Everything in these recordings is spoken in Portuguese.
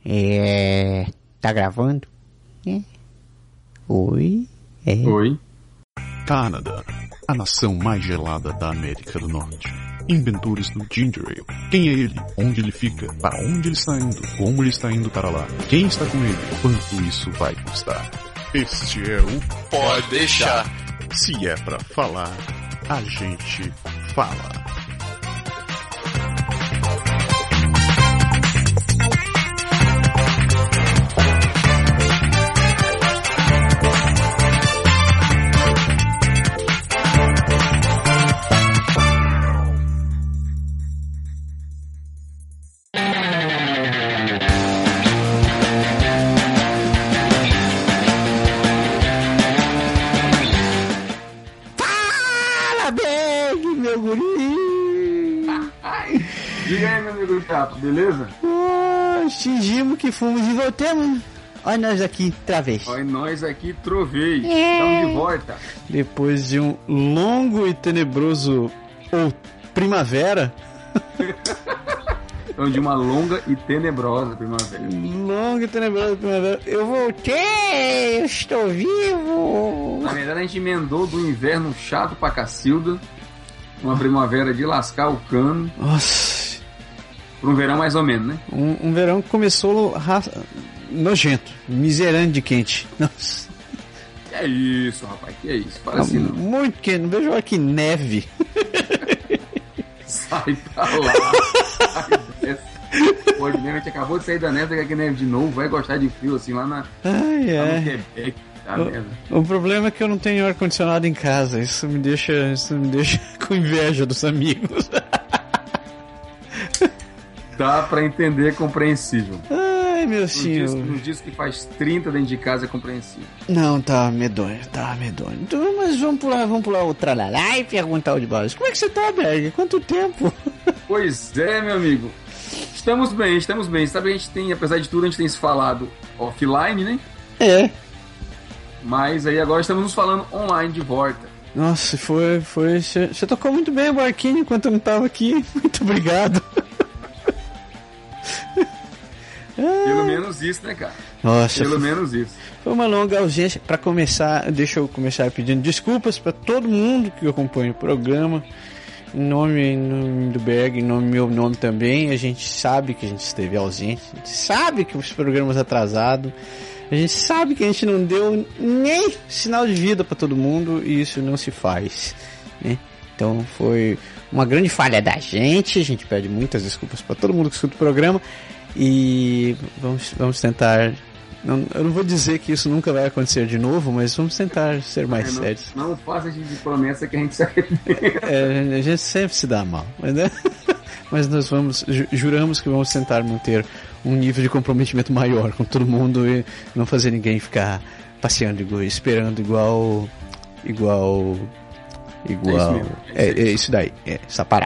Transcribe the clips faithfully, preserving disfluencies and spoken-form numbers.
É... Tá gravando? É. Oi? É. Oi. Canadá, a nação mais gelada da América do Norte. Inventores do Ginger Ale. Quem é ele? Onde ele fica? Para onde ele está indo? Como ele está indo para lá? Quem está com ele? Quanto isso vai custar? Este é o Pode Deixar. Se é pra falar, a gente fala. Beleza? Ah, fingimos que fomos e voltamos. Olha nós aqui, outra vez. Olha nós aqui, trovei. É. Estamos de volta. Depois de um longo e tenebroso ou primavera. Então, de uma longa e tenebrosa primavera. Longa e tenebrosa primavera. Eu voltei, eu estou vivo. Na verdade, a gente emendou do inverno chato pra cacilda. Uma primavera de lascar o cano. Nossa. Por um verão mais ou menos, né? Um, um verão que começou ra... nojento, miserando de quente. Nossa. Que é isso, rapaz, que é isso? Fala assim, não. Muito quente, não vejo aqui neve. Sai pra lá. Sai dessa. Pô, a gente acabou de sair da neve, daqui a neve de novo, vai gostar de frio assim lá na... Ai, é. Lá no Quebec. Tá o, o problema é que eu não tenho ar-condicionado em casa. Isso me deixa, isso me deixa com inveja dos amigos. Dá pra entender, é compreensível. Ai, meu senhor. Não diz que faz trinta dentro de casa, é compreensível. Não, tá medonho, tá medonho. Então, mas vamos pular, vamos pular o tralalá e perguntar o de baixo. Como é que você tá, Berg? Quanto tempo? Pois é, meu amigo. Estamos bem, estamos bem. Sabe, a gente tem, apesar de tudo, a gente tem se falado offline, né? É. Mas aí agora estamos nos falando online de volta. Nossa, foi, foi... Você tocou muito bem o barquinho enquanto eu não tava aqui. Muito obrigado. Pelo menos isso, né, cara? Nossa, Pelo foi, menos isso. Foi uma longa ausência. Para começar, deixa eu começar pedindo desculpas para todo mundo que acompanha o programa. Em nome, em nome do Berg, em nome meu nome também. A gente sabe que a gente esteve ausente. A gente sabe que os programas atrasados. A gente sabe que a gente não deu nem sinal de vida para todo mundo. E isso não se faz, né? Então foi uma grande falha da gente. A gente pede muitas desculpas para todo mundo que escuta o programa. E vamos, vamos tentar. Não, eu não vou dizer que isso nunca vai acontecer de novo, mas vamos tentar ser mais é, não, sérios. Não faça de promessa que a gente se arrepende. É, a gente sempre se dá mal, mas, né? Mas nós vamos, juramos que vamos tentar manter um nível de comprometimento maior com todo mundo e não fazer ninguém ficar passeando, igual, esperando igual. Igual. Igual. É isso, é, é isso daí, é, só parar.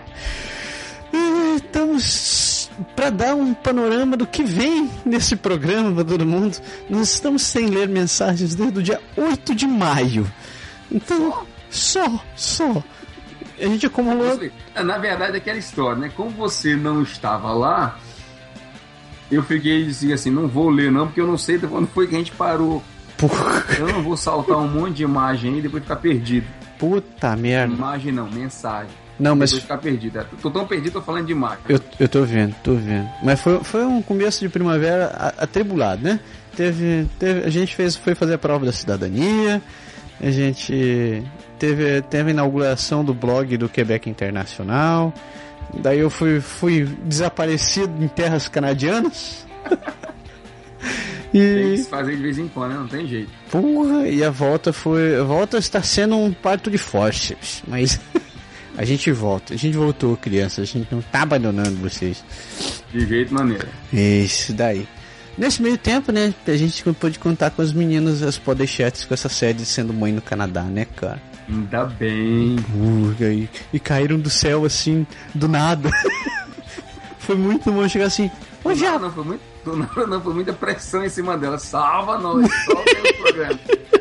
Estamos. Para dar um panorama do que vem nesse programa para todo mundo, nós estamos sem ler mensagens desde o dia oito de maio. Então, só, só. A gente acumulou... Na verdade, é aquela história, né? Como você não estava lá, eu fiquei dizia assim, não vou ler não, porque eu não sei quando foi que a gente parou. Porra. Eu não vou saltar um monte de imagem aí e depois ficar perdido. Puta merda. Imagem não, mensagem. Não, mas... Depois ficar perdido. Tô tão perdido, tô falando demais. Eu, eu tô vendo, tô vendo. Mas foi, foi um começo de primavera atribulado, né? Teve, teve, a gente fez, foi fazer a prova da cidadania, a gente teve, teve a inauguração do blog do Quebec Internacional, daí eu fui, fui desaparecido em terras canadianas. E... Tem que se fazer de vez em quando, né? Não tem jeito. Porra, e a volta foi... A volta está sendo um parto de fórceps, mas... A gente volta, a gente voltou, crianças, a gente não tá abandonando vocês. De jeito maneiro. Isso daí. Nesse meio tempo, né, a gente pôde contar com as meninas, as podcasts, com essa sede sendo mãe no Canadá, né, cara? Ainda bem. Purga, e, e caíram do céu, assim, do nada. Foi muito bom chegar assim, ô já... Não, não, foi muito, não, não, foi muita pressão em cima dela. Salva nós, salva o programa.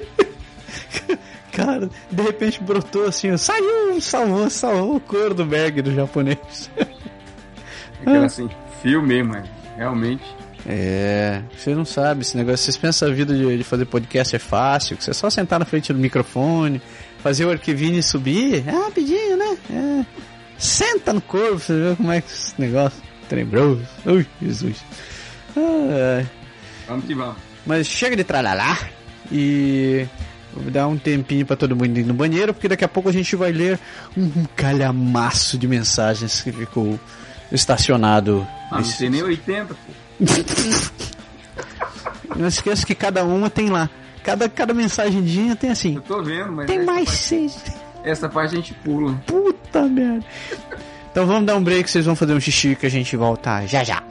Cara, de repente brotou assim, saiu, salvou, salvou o couro do Berg do japonês. Aquela assim, fio mesmo, é. Realmente. É, você não sabe esse negócio. Vocês pensam a vida de, de fazer podcast é fácil, que você é só sentar na frente do microfone, fazer o arquivinho e subir. É rapidinho, né? É. Senta no corpo, você vê como é que esse negócio tenebroso. Ui, Jesus. Ah, é. Vamos que vamos. Mas chega de tralalá e vou dar um tempinho pra todo mundo ir no banheiro, porque daqui a pouco a gente vai ler um calhamaço de mensagens que ficou estacionado. Ah, não tem nem oitenta, pô. Não esqueça que cada uma tem lá. Cada, cada mensagenzinha tem assim. Eu tô vendo, mas. Tem mais parte, seis. Essa parte a gente pula. Puta merda. Então vamos dar um break, vocês vão fazer um xixi que a gente volta já já.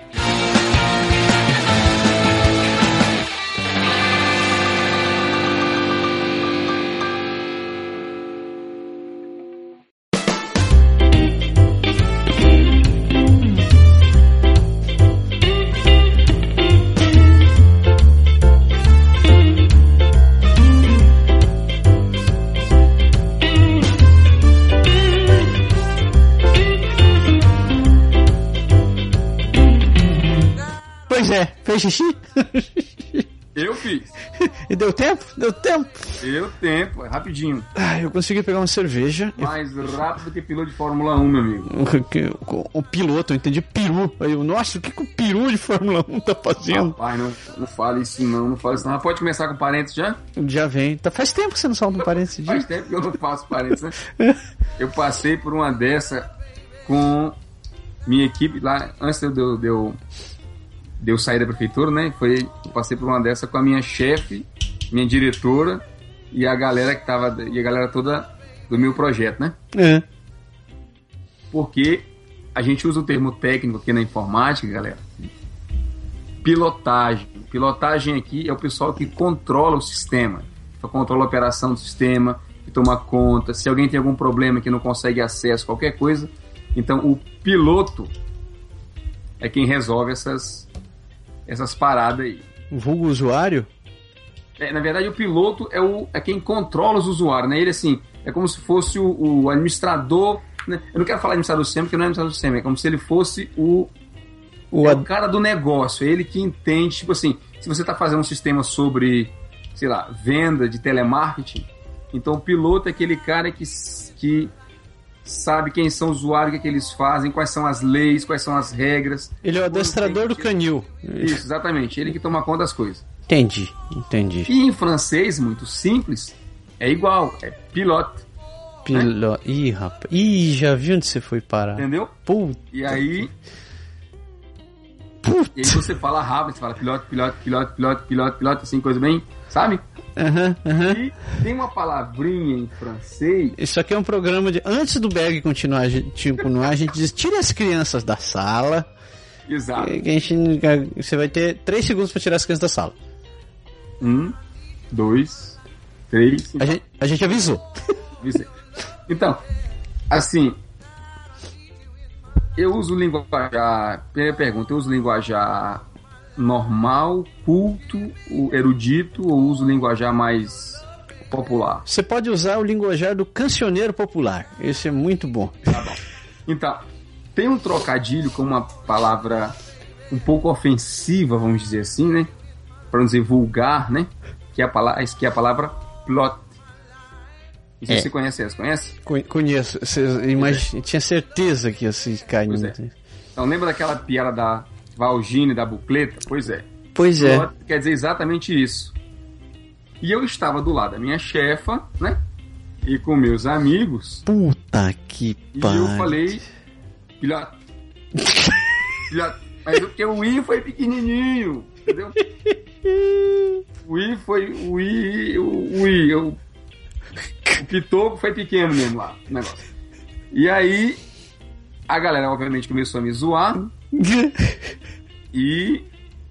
Fez xixi? Eu fiz. E deu tempo? Deu tempo? Deu tempo, é rapidinho. Ah, eu consegui pegar uma cerveja. Mais rápido que piloto de Fórmula um, meu amigo. O, o piloto, eu entendi peru. Aí eu, nossa, o que, que o peru de Fórmula um tá fazendo? Rapaz, não, não fale isso não, não fale isso não. Pode começar com parênteses já? Já vem. Tá, faz tempo que você não solta um parênteses. Faz tempo que eu não faço parênteses, né? Eu passei por uma dessa com minha equipe lá, antes de eu... De eu de eu sair da prefeitura, né? Foi, eu passei por uma dessa com a minha chefe, minha diretora e a galera que tava, e a galera toda do meu projeto, né? É. Porque a gente usa o termo técnico aqui na informática, galera. Pilotagem. Pilotagem aqui é o pessoal que controla o sistema, que controla a operação do sistema, que toma conta. Se alguém tem algum problema que não consegue acesso, qualquer coisa, então o piloto é quem resolve essas essas paradas aí. O vulgo usuário? É, na verdade, o piloto é, o, é quem controla os usuários, né? Ele, assim, é como se fosse o, o administrador, né? Eu não quero falar administrador do sistema, porque não é administrador do sistema, é como se ele fosse o, o, é ad... o cara do negócio, é ele que entende, tipo assim, se você está fazendo um sistema sobre, sei lá, venda de telemarketing, então o piloto é aquele cara que, que sabe quem são os usuários, o que, é que eles fazem, quais são as leis, quais são as regras. Ele é o adestrador do canil. Isso, exatamente. Ele que toma conta das coisas. Entendi, entendi. E em francês, muito simples, é igual, é pilote. Pilote. Né? Ih, rapaz. Ih, já vi onde você foi parar. Entendeu? Puta. E aí... Puta. E aí você fala rápido, você fala pilote, pilote, pilote, pilote, pilote, pilote, assim, coisa bem, sabe? Aham, uhum, aham. Uhum. E tem uma palavrinha em francês... Isso aqui é um programa de... Antes do Berg continuar, a gente, continuar, a gente diz, tire as crianças da sala. Exato. Que a gente, você vai ter três segundos pra tirar as crianças da sala. Um, dois, três... A gente, a gente avisou. Avisei. Então, assim... Eu uso linguajar... Primeira pergunta, eu uso linguajar normal, culto, erudito, ou uso linguajar mais popular? Você pode usar o linguajar do cancioneiro popular. Esse é muito bom. Tá bom. Então, tem um trocadilho com uma palavra um pouco ofensiva, vamos dizer assim, né? Para não dizer vulgar, né? Que é a palavra, que é a palavra plot. Não sei é. se você conhece essa, conhece? Conheço. Você imagina, é. Tinha certeza que ia se cair. Pois é. Então lembra daquela piada da Valgine, da bucleta? Pois é. Pois é. Plot quer dizer exatamente isso. E eu estava do lado da minha chefa, né? E com meus amigos. Puta que pariu. E eu falei, filhote. Filhote. Mas porque o I foi pequenininho, entendeu? O I foi, o I, o, o I, eu... O pitoco foi pequeno mesmo lá, o negócio. E aí, a galera, obviamente, começou a me zoar. e...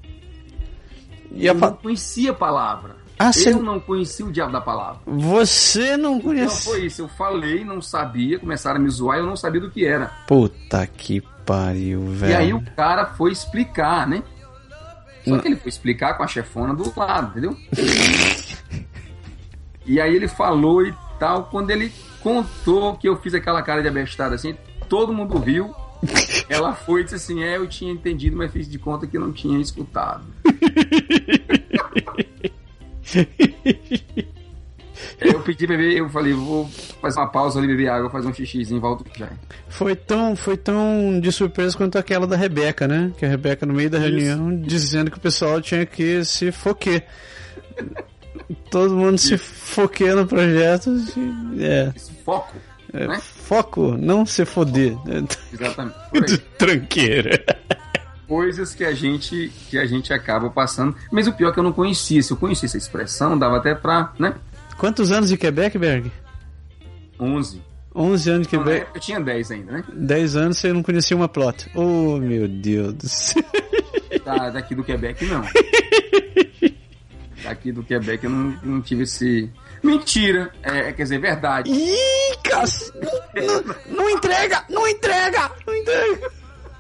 e eu pa... não conhecia a palavra. Ah, eu cê... não conhecia o diabo da palavra. Você não conhecia? Não foi isso. Eu falei, não sabia, começaram a me zoar e eu não sabia do que era. Puta que pariu, velho. E aí o cara foi explicar, né? Só não. que ele foi explicar com a chefona do lado, entendeu? E aí ele falou e tal, quando ele contou que eu fiz aquela cara de abestada assim, todo mundo riu, Ela foi e disse assim, é, eu tinha entendido, mas fiz de conta que não tinha escutado. Eu pedi pra beber, eu falei, vou fazer uma pausa ali, beber água, fazer um xixizinho, volto já. Foi tão, foi tão de surpresa quanto aquela da Rebeca, né? Que a Rebeca, no meio da reunião, isso, dizendo que o pessoal tinha que se foquer. Todo mundo isso. se foqueia no projeto. É. Esse foco, é, né? Foco, não se foder. Exatamente. Tranqueira. Coisas que a gente que a gente acaba passando. Mas o pior é que eu não conhecia. Se eu conhecia essa expressão, dava até pra, né? Quantos anos de Quebec, Berg? onze. onze anos de Quebec. Quebec. Eu tinha dez ainda, né? dez anos você não conhecia uma plot. Oh, meu Deus do céu. Da, daqui do Quebec, não. Daqui do Quebec eu não, não tive esse... Mentira! É, quer dizer, verdade. Ih, cac... não, não entrega! Não entrega! Não entrega!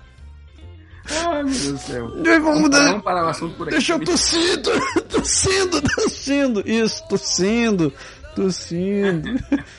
Ai, meu Deus do céu. Vamos, vamos, vamos parar o assunto por aqui. Deixa eu tossir, tossindo, tossindo. Isso, tossindo, tossindo.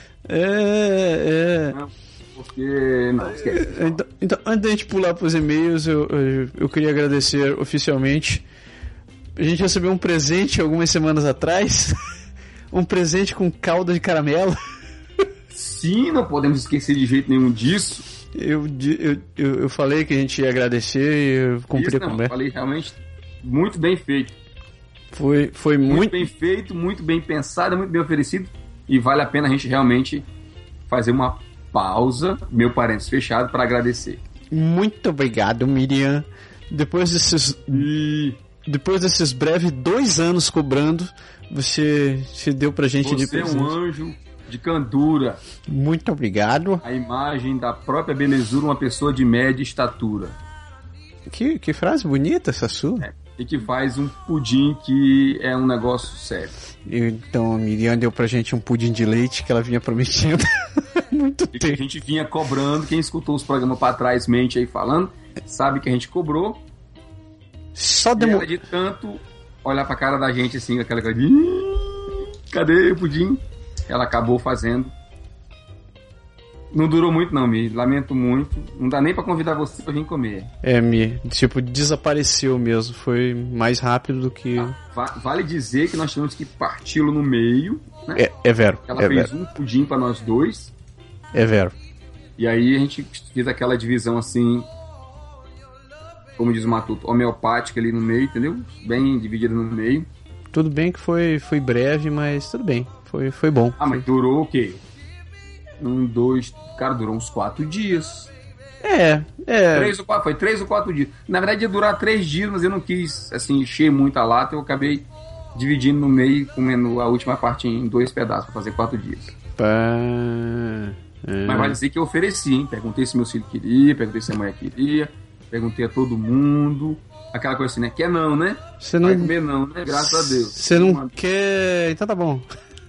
É, é. Não, porque... Não, esquece. Então, então, antes da gente pular para os e-mails, eu, eu, eu queria agradecer oficialmente. A gente recebeu um presente algumas semanas atrás. Um presente com calda de caramelo. Sim, não podemos esquecer de jeito nenhum disso. Eu, eu, eu, eu falei que a gente ia agradecer e eu cumpri a promessa. Eu falei realmente muito bem feito. Foi, foi muito... muito bem feito, muito bem pensado, muito bem oferecido. E vale a pena a gente realmente fazer uma pausa, meu parênteses fechado, para agradecer. Muito obrigado, Miriam. Depois desses... E... Depois desses breves dois anos cobrando, você se deu pra gente você de presente. Você é um anjo de candura. Muito obrigado. A imagem da própria belezura, uma pessoa de média estatura. Que, que frase bonita essa sua. É, e que faz um pudim que é um negócio sério. Então a Miriam deu pra gente um pudim de leite que ela vinha prometendo muito e tempo. Que a gente vinha cobrando. Quem escutou os programas pra trás, mente aí falando, sabe que a gente cobrou. Só demorou. De tanto olhar pra cara da gente assim, aquela cara de... Cadê o pudim? Ela acabou fazendo. Não durou muito não, Mi. Lamento muito. Não dá nem pra convidar você pra vir comer. É, Mi. Tipo, desapareceu mesmo. Foi mais rápido do que... Ah, vale dizer que nós tivemos que parti-lo no meio, né? É, é vero. Ela é fez vero. um pudim pra nós dois. É vero. E aí a gente fez aquela divisão assim... Como diz o Matuto, homeopática ali no meio, entendeu? Bem dividida no meio. Tudo bem que foi, foi breve, mas tudo bem. Foi, foi bom. Ah, mas durou o quê? Um, dois... Cara, durou uns quatro dias. É, é... Três ou quatro, foi três ou quatro dias. Na verdade ia durar três dias, mas eu não quis, assim, encher muito a lata. Eu acabei dividindo no meio, comendo a última parte em dois pedaços, pra fazer quatro dias. Pá... É. Mas vai dizer que eu ofereci, hein? Perguntei se meu filho queria, perguntei se a mãe queria... Perguntei a todo mundo. Aquela coisa assim, né? Quer não, né? Você não... Vai comer não, né? Graças a Deus. Você não Uma... quer... Então tá bom.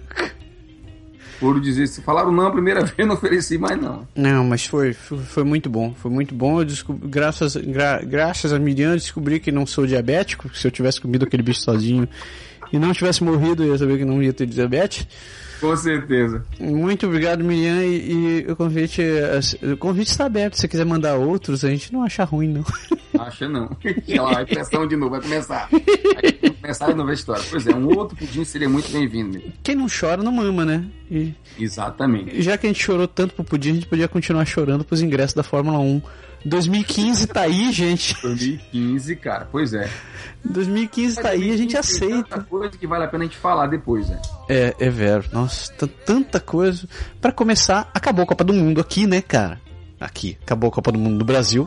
Por dizer, se falaram não a primeira vez, eu não ofereci mais não. Não, mas foi, foi, foi muito bom. Foi muito bom. Eu descobri, graças, gra, graças a Miriam, eu descobri que não sou diabético. Se eu tivesse comido aquele bicho sozinho e não tivesse morrido, eu ia saber que não ia ter diabetes. Com certeza. Muito obrigado, Miriam. E, e o convite o convite está aberto. Se você quiser mandar outros, a gente não acha ruim, não. Acha não. Olha lá, vai pressão de novo, vai começar. Aí vai começar de novo a história. Pois é, um outro pudim seria muito bem-vindo. Quem não chora não mama, né? E, Exatamente. Já que a gente chorou tanto pro pudim, a gente podia continuar chorando pros ingressos da Fórmula um. dois mil e quinze tá aí, gente. dois mil e quinze, cara, pois é. dois mil e quinze tá aí, a gente aceita. Tanta coisa que vale a pena a gente falar depois, né? É, é vero. Nossa, t- tanta coisa. Pra começar, acabou a Copa do Mundo aqui, né, cara? Aqui, acabou a Copa do Mundo no Brasil.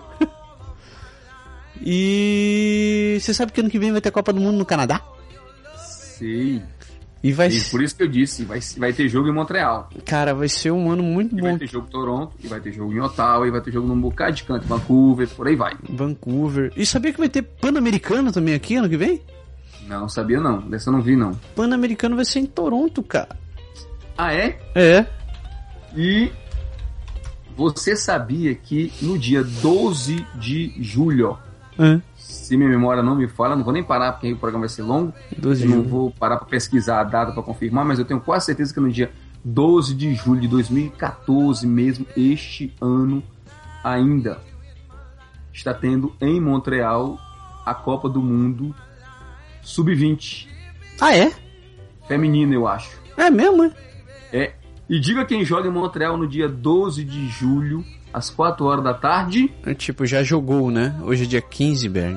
E você sabe que ano que vem vai ter Copa do Mundo no Canadá? Sei. E vai e por isso que eu disse, vai, vai ter jogo em Montreal. Cara, vai ser um ano muito e bom. Vai ter jogo em Toronto, e vai ter jogo em Ottawa, e vai ter jogo num bocado de canto, Vancouver, por aí vai. Vancouver. E sabia que vai ter Pan-Americano também aqui ano que vem? Não, sabia não. Dessa eu não vi, não. Pan-Americano vai ser em Toronto, cara. Ah, é? É. E você sabia que no dia doze de julho, é. se minha memória não me falha, não vou nem parar porque aí o programa vai ser longo, doze eu não vou parar para pesquisar a data para confirmar, mas eu tenho quase certeza que no dia doze de julho de dois mil e quatorze mesmo, este ano ainda, está tendo em Montreal a Copa do Mundo sub vinte. Ah, é? Feminina, eu acho. É mesmo, é? É. E diga quem joga em Montreal no dia doze de julho, às quatro horas da tarde. É, tipo, já jogou, né? Hoje é dia quinze, Berg.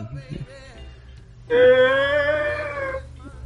É...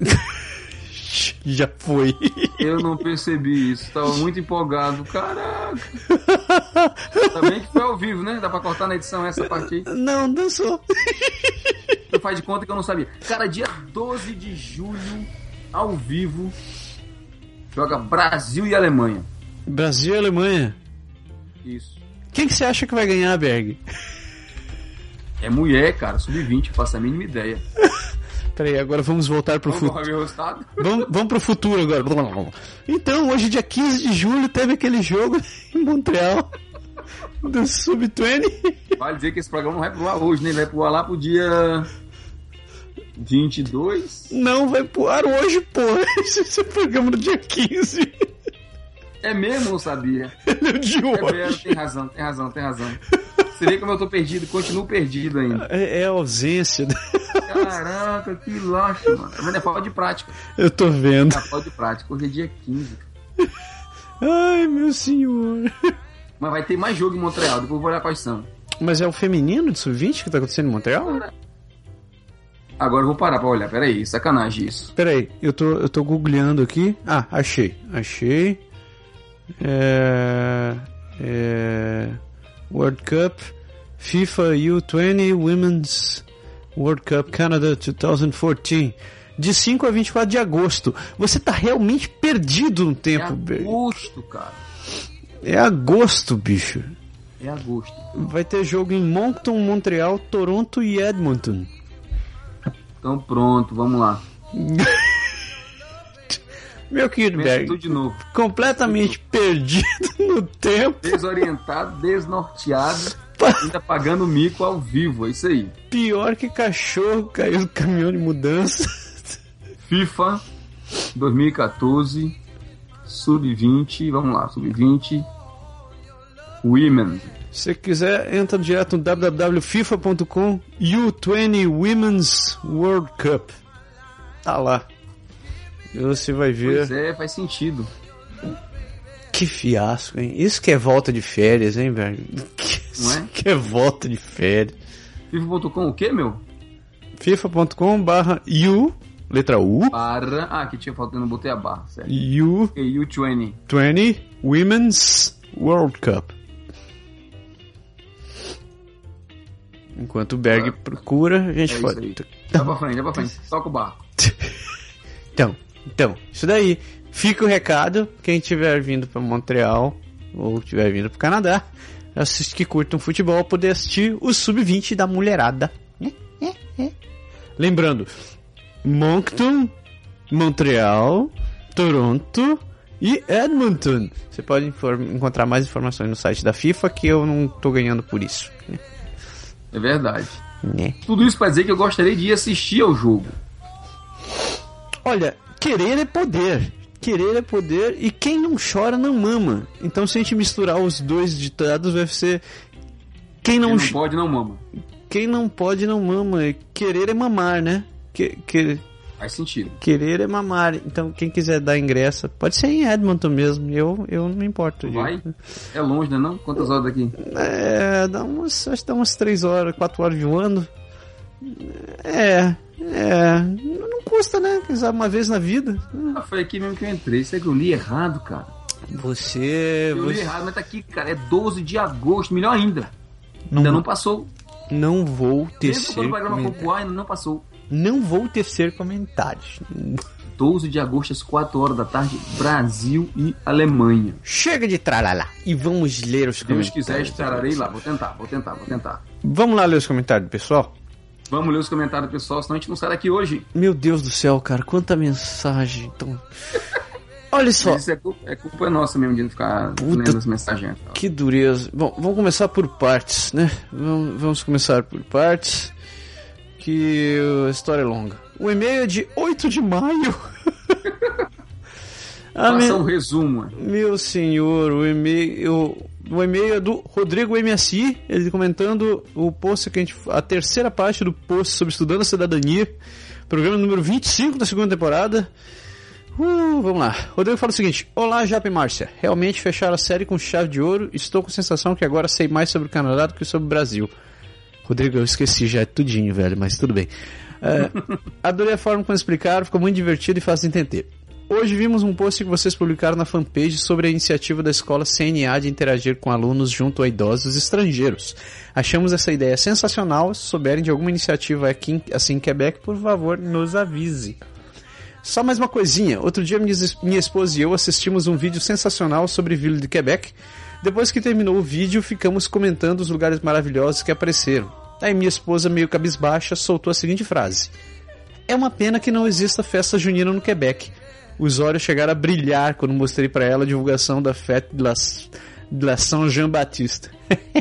Já foi. Eu não percebi isso. Tava muito empolgado. Caraca. Tá bem que foi ao vivo, né? Dá pra cortar na edição essa parte aí. Não, dançou. Tu faz de conta que eu não sabia. Cara, dia doze de julho, ao vivo, joga Brasil e Alemanha. Brasil e Alemanha. Isso. Quem que você acha que vai ganhar, Berg? É mulher, cara. sub vinte, faço a mínima ideia. Peraí, agora vamos voltar pro futuro. Vamos, vamos pro futuro agora. Então, hoje, dia quinze de julho, teve aquele jogo em Montreal do sub vinte. Vale dizer que esse programa não vai pro ar hoje, né? Vai pro ar lá pro dia vinte e dois. Não, vai pro ar hoje, pô. Esse é o programa do dia quinze. É mesmo, não sabia. É de hoje. É mesmo, tem razão, tem razão, tem razão. Você vê como eu tô perdido, continuo perdido ainda. É, é a ausência. Caraca, que laxo, mano. Mas é falta de prática. Eu tô vendo. É falta de prática. Hoje é dia quinze. Ai, meu senhor. Mas vai ter mais jogo em Montreal, depois eu vou olhar quais são. Mas é o feminino de sub vinte que tá acontecendo em Montreal? Agora eu vou parar pra olhar. Peraí, sacanagem isso. Peraí, eu tô, eu tô googleando aqui. Ah, achei. Achei. É... É... World Cup FIFA U vinte Women's World Cup Canada dois mil e quatorze, de cinco a vinte e quatro de agosto. Você tá realmente perdido no tempo, É agosto, cara. É agosto, bicho. É agosto. Vai ter jogo em Moncton, Montreal, Toronto e Edmonton. Então pronto, vamos lá. Meu querido Berg, tudo de novo. Completamente perdido no tempo. Desorientado, desnorteado, ainda pagando mico ao vivo, é isso aí. Pior que cachorro caiu do caminhão de mudança. FIFA dois mil e quatorze, sub vinte, vamos lá, sub vinte, Women. Se você quiser, entra direto no w w w ponto fifa ponto com, U vinte Women's World Cup. Tá lá. E você vai ver. Pois é, faz sentido. Que fiasco, hein? Isso que é volta de férias, hein, velho? Não é? Que é volta de férias. FIFA ponto com o quê, meu? fifa ponto com barra U, letra U. Para... Ah, aqui tinha faltado, não botei a barra, certo. U okay, U vinte. vinte Women's World Cup. Enquanto o Berg ah, procura, a gente é pode... Dá pra frente, dá pra frente. Toca o barco. Então, então, isso daí. Fica o recado, quem estiver vindo para Montreal ou estiver vindo para o Canadá, assiste, que curtam futebol, poder assistir o sub vinte da mulherada. Lembrando, Moncton, Montreal, Toronto e Edmonton. Você pode inform- encontrar mais informações no site da FIFA, que eu não tô ganhando por isso. É verdade. Né? Tudo isso para dizer que eu gostaria de ir assistir ao jogo. Olha, querer é poder. Querer é poder e quem não chora não mama. Então se a gente misturar os dois ditados vai ser quem não, quem não pode não mama. Quem não pode não mama. Querer é mamar, né? Que, que... Faz sentido. Querer é mamar. Então quem quiser dar ingresso, pode ser em Edmonton mesmo. Eu, eu não me importo. Vai? Gente. É longe, né não? Quantas horas daqui? É, dá umas, acho que dá umas três horas, quatro horas voando. É, é, não custa, né? Quiser uma vez na vida. Ah, foi aqui mesmo que eu entrei. Isso é que eu li errado, cara. Você... Eu você... li errado, mas tá aqui, cara. É doze de agosto, melhor ainda. Não, ainda não passou. Não vou tecer Mesmo quando o programa for pro ar, ainda não passou. Não vou tecer comentários. doze de agosto, às quatro horas da tarde, Brasil e Alemanha. Chega de tralala e vamos ler os Se comentários. Deus quiser, estarei lá. Vou tentar, vou tentar, vou tentar. Vamos lá ler os comentários do pessoal? Vamos ler os comentários do pessoal, senão a gente não sai daqui hoje. Meu Deus do céu, cara, quanta mensagem. Então... Olha só. Isso é culpa, é culpa nossa mesmo de não ficar Puta, lendo as mensagens. Que dureza. Bom, vamos começar por partes, né? Vamos, vamos começar por partes. Que a história é longa. O e-mail é de oito de maio. Faça um resumo. Meu senhor, o e-mail O e-mail é do Rodrigo M S I, ele comentando o post que a gente, a terceira parte do post sobre Estudando a Cidadania, programa número vinte e cinco da segunda temporada. Uh, vamos lá. Rodrigo fala o seguinte: olá, Japa e Márcia. Realmente fecharam a série com chave de ouro. Estou com a sensação que agora sei mais sobre o Canadá do que sobre o Brasil. Rodrigo, eu esqueci já, é tudinho, velho, mas tudo bem. Uh, adorei a forma como explicaram, ficou muito divertido e fácil de entender. Hoje vimos um post que vocês publicaram na fanpage sobre a iniciativa da escola C N A de interagir com alunos junto a idosos estrangeiros. Achamos essa ideia sensacional. Se souberem de alguma iniciativa aqui assim em Quebec, por favor, nos avise. Só mais uma coisinha. Outro dia minha esposa e eu assistimos um vídeo sensacional sobre Ville de Quebec. Depois que terminou o vídeo, ficamos comentando os lugares maravilhosos que apareceram. Aí minha esposa, meio cabisbaixa, soltou a seguinte frase: é uma pena que não exista festa junina no Quebec. Os olhos chegaram a brilhar quando mostrei para ela a divulgação da Fête de la, de la Saint-Jean-Baptiste.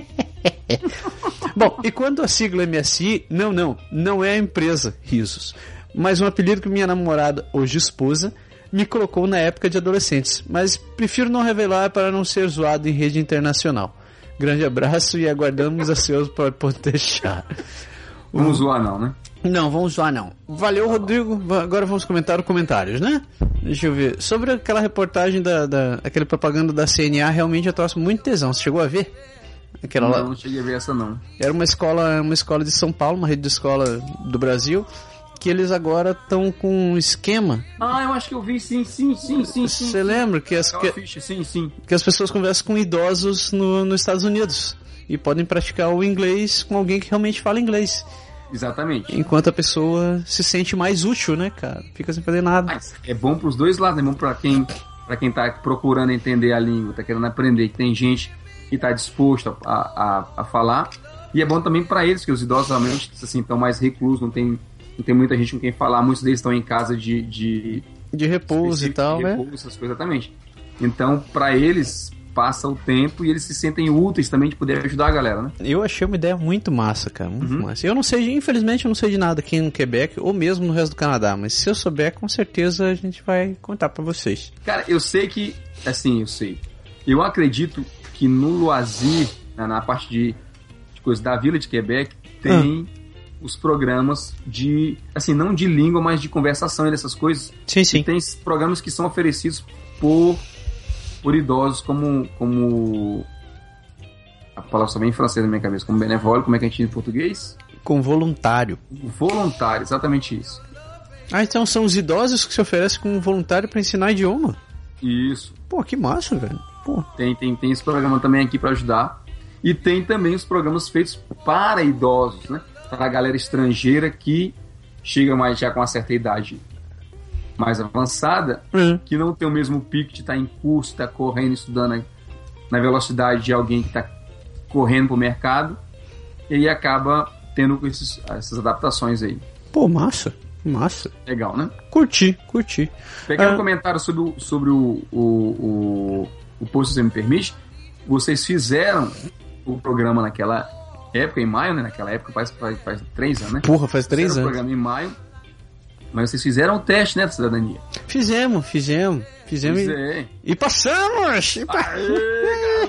Bom, e quanto à sigla M S I, não, não, não é a empresa, risos. Mas um apelido que minha namorada, hoje esposa, me colocou na época de adolescentes. Mas prefiro não revelar para não ser zoado em rede internacional. Grande abraço e aguardamos ansiosos para poder deixar. Vamos zoar não, né? Não, vamos zoar não. Valeu, Rodrigo. Agora vamos comentar os comentários, né? Deixa eu ver. Sobre aquela reportagem da, da aquela propaganda da C N A, realmente eu trouxe muito tesão. Você chegou a ver? Aquela não, lá... não cheguei a ver essa não. Era uma escola, uma escola de São Paulo, uma rede de escola do Brasil, que eles agora estão com um esquema. Ah, eu acho que eu vi, sim, sim, sim, sim. Você lembra que as, que, ficha, sim, sim. que as pessoas conversam com idosos no, nos Estados Unidos e podem praticar o inglês com alguém que realmente fala inglês. Exatamente. Enquanto a pessoa se sente mais útil, né, cara? Fica sem fazer nada. Mas é bom pros dois lados, é bom pra quem, pra quem tá procurando entender a língua, tá querendo aprender, que tem gente que tá disposto a, a, a falar. E é bom também pra eles, que os idosos realmente assim, estão mais reclusos, não tem, não tem muita gente com quem falar. Muitos deles estão em casa de... De, de repouso e tal, de né? Repouso, essas coisas, exatamente. Então, pra eles... passa o tempo e eles se sentem úteis também de poder ajudar a galera, né? Eu achei uma ideia muito massa, cara, muito uhum. massa. Eu não sei, infelizmente eu não sei de nada aqui no Quebec ou mesmo no resto do Canadá, mas se eu souber, com certeza a gente vai contar pra vocês. Cara, eu sei que, assim, eu sei, eu acredito que no Loisir, na, na parte de, de coisa da Vila de Quebec, tem ah. os programas de, assim, não de língua, mas de conversação e dessas coisas. Sim, sim. E tem programas que são oferecidos por por idosos como, como a palavra só vem em francês na minha cabeça, como benevole, como é que a gente diz em português? Com voluntário. Voluntário, exatamente isso. Ah, então são os idosos que se oferecem como voluntário para ensinar idioma? Isso. Pô, que massa, velho. Pô. Tem, tem, tem esse programa também aqui para ajudar. E tem também os programas feitos para idosos, né? Para a galera estrangeira que chega mais já com uma certa idade mais avançada, uhum. que não tem o mesmo pico de estar em curso, estar correndo, estudando na velocidade de alguém que está correndo para o mercado, e aí acaba tendo esses, essas adaptações aí. Pô, massa, massa. Legal, né? Curti, curti. Pegar ah. um comentário sobre, o, sobre o, o, o, o post, se você me permite. Vocês fizeram o programa naquela época, em maio, né? Naquela época, faz, faz, faz três anos, né? Porra, faz três fizeram anos. o programa em maio. Mas vocês fizeram o teste, né, da cidadania? Fizemos, fizemos. Fizemos e... e passamos! E pa... Aê,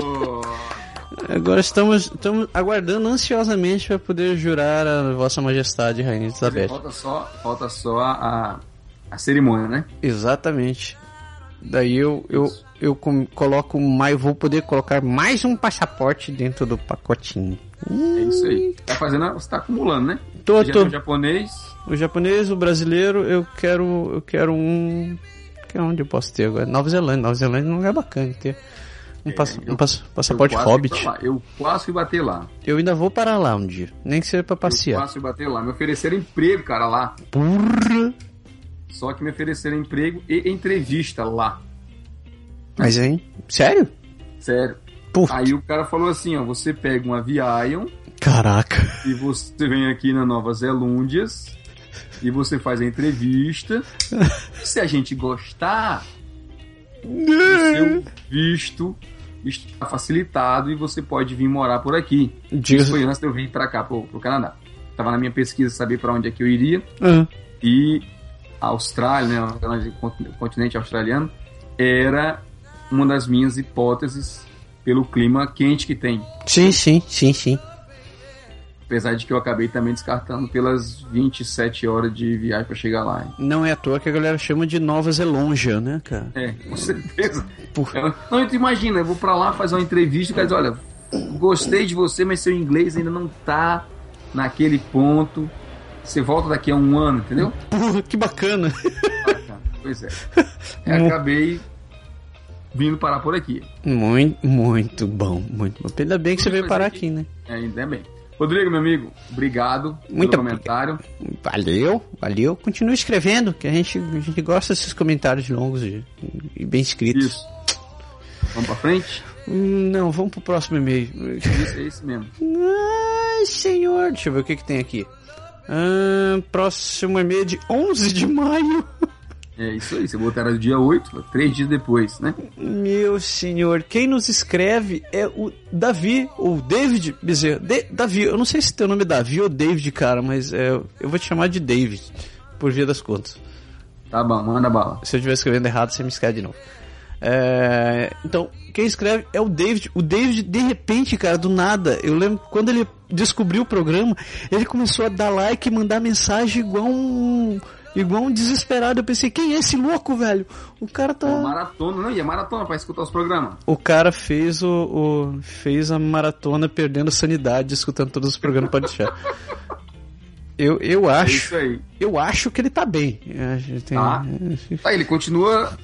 agora estamos, estamos aguardando ansiosamente para poder jurar a Vossa Majestade, Rainha Elizabeth. Falta só, falta só a, a cerimônia, né? Exatamente. Daí eu, eu, eu com, coloco mais, vou poder colocar mais um passaporte dentro do pacotinho. É isso aí. Tá fazendo, você tá acumulando, né? Tô, Já tô. O japonês. O japonês, o brasileiro, eu quero, eu quero um. Que onde eu posso ter agora? Nova Zelândia. Nova Zelândia é um lugar bacana ter. Um, é, pass, eu, um pass, passaporte eu Hobbit. Eu quase fui bater lá. Eu ainda vou parar lá um dia. Nem que seja pra passear. Eu quase fui bater lá. Me ofereceram emprego, cara, lá. Porra! Só que me ofereceram emprego e entrevista lá. Mas, hein? Sério? Sério. Puta. Aí o cara falou assim, ó, você pega um avião. Caraca. E você vem aqui na Nova Zelândia e você faz a entrevista. Se a gente gostar, o seu visto está facilitado e você pode vir morar por aqui. Diga... Isso foi antes de eu vir pra cá, pro, pro Canadá. Tava na minha pesquisa saber pra onde é que eu iria. Uhum. E a Austrália, né, o continente australiano, era uma das minhas hipóteses pelo clima quente que tem. Sim, sim, sim, sim. Apesar de que eu acabei também descartando pelas vinte e sete horas de viagem pra chegar lá. Hein? Não é à toa que a galera chama de Nova Zelândia, né, cara? É, com certeza. Por... Eu, não, tu imagina, eu vou pra lá fazer uma entrevista e o cara diz, olha, gostei de você, mas seu inglês ainda não tá naquele ponto. Você volta daqui a um ano, entendeu? Porra, que bacana. Ah, tá. Pois é. Eu acabei vindo parar por aqui. Muito, muito bom, muito bom. Ainda bem que você veio parar aqui, né? É, ainda bem. Rodrigo, meu amigo, obrigado muito pelo comentário. Valeu, valeu. Continue escrevendo, que a gente, a gente gosta desses comentários longos e, e bem escritos. Isso. Vamos pra frente? Não, vamos pro próximo e-mail. Isso, é isso mesmo. Ai, senhor. Deixa eu ver o que, que tem aqui. Ah, próximo e-mail de onze de maio. É isso aí, você botaram o dia oito, três dias depois, né? Meu senhor, quem nos escreve é o Davi, ou David Bezerra. De, Davi, eu não sei se teu nome é Davi ou David, cara, mas é, eu vou te chamar de David, por via das contas. Tá bom, manda bala. Se eu estiver escrevendo errado, você me escreve de novo. É, então, quem escreve é o David. O David, de repente, cara, do nada, eu lembro quando ele descobriu o programa, ele começou a dar like e mandar mensagem igual um... Igual um desesperado. Eu pensei, quem é esse louco, velho? O cara tá... É maratona, não, e é maratona pra escutar os programas. O cara fez o, o fez a maratona perdendo a sanidade, escutando todos os programas para deixar. Eu, eu acho... É isso aí. Eu acho que ele tá bem. Tem... Ah, tá, ele continua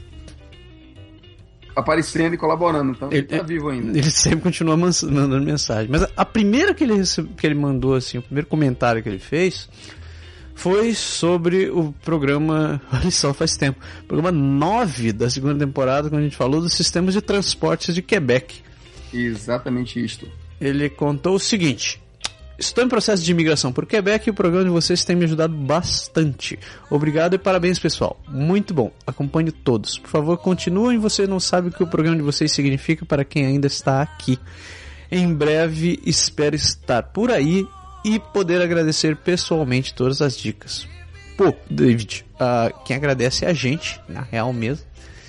aparecendo e colaborando, então ele, ele tá vivo ainda. Ele sempre continua mandando mensagem. Mas a, a primeira que ele, recebe, que ele mandou, assim, o primeiro comentário que ele fez... foi sobre o programa, olha só, faz tempo, programa nove da segunda temporada, quando a gente falou dos sistemas de transportes de Quebec. Exatamente isto. Ele contou o seguinte: estou em processo de imigração por Quebec e o programa de vocês tem me ajudado bastante. Obrigado e parabéns, pessoal. Muito bom. Acompanhe todos. Por favor, continuem. Você não sabe o que o programa de vocês significa para quem ainda está aqui. Em breve, espero estar por aí e poder agradecer pessoalmente todas as dicas. Pô, David, uh, quem agradece é a gente, na real mesmo.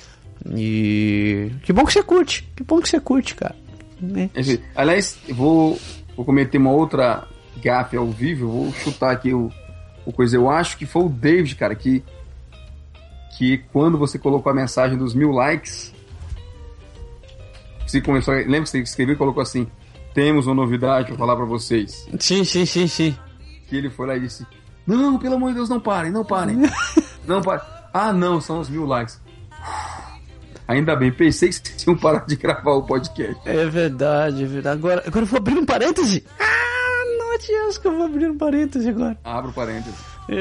E que bom que você curte, que bom que você curte, cara. Né? Aliás, vou, vou cometer uma outra gafe ao vivo, vou chutar aqui o, o coisa. Eu acho que foi o David, cara, que, que quando você colocou a mensagem dos mil likes, você começou, lembra que você escreveu e colocou assim: temos uma novidade pra falar pra vocês. Sim, sim, sim, sim. Que ele foi lá e disse: não, pelo amor de Deus, não parem, não parem. Não parem. Ah, não, são os mil likes. Ainda bem, pensei que vocês iam parar de gravar o podcast. É verdade, é verdade. Agora, agora eu vou abrir um parêntese. Ah, não adianta que eu vou abrir um parêntese agora. Abra o parêntese.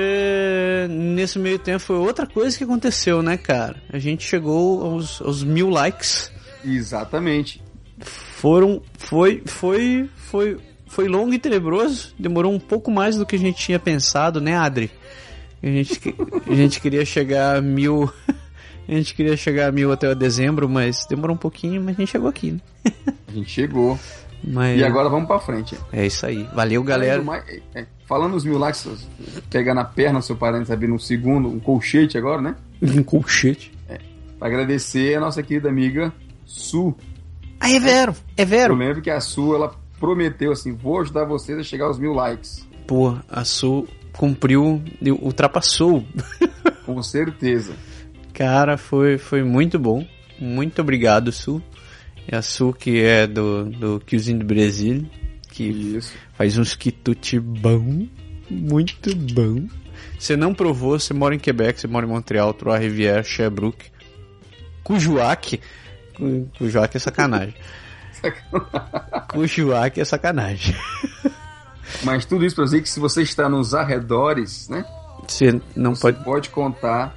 É, nesse meio tempo foi outra coisa que aconteceu, né, cara? A gente chegou aos, aos mil likes. Exatamente. Foram, foi, foi, foi, foi longo e tenebroso. Demorou um pouco mais do que a gente tinha pensado, né, Adri? A gente, a gente queria chegar a mil, a gente queria chegar a mil até dezembro, mas demorou um pouquinho, mas a gente chegou aqui, né? A gente chegou. Mas... E agora vamos pra frente. É isso aí. Valeu, galera. Mais, é, falando os mil likes, pegar na perna, seu parente saber no segundo, um colchete agora, né? Um colchete. É. Pra agradecer a nossa querida amiga Su. Ah, é vero, é vero. Eu lembro que a Su, ela prometeu assim: vou ajudar vocês a chegar aos mil likes. Pô, a Su cumpriu, ultrapassou. Com certeza. Cara, foi, foi muito bom. Muito obrigado, Su. É a Su que é do, do Cuisine do Brasil, que Isso. faz uns quitutes bom, muito bom. Você não provou, você mora em Quebec, você mora em Montreal, Trois-Rivières, Sherbrooke, Cujuac. Cujuac é sacanagem. Sacanagem. Cujuac é sacanagem. Mas tudo isso para dizer que se você está nos arredores, né? Você não você pode... pode contar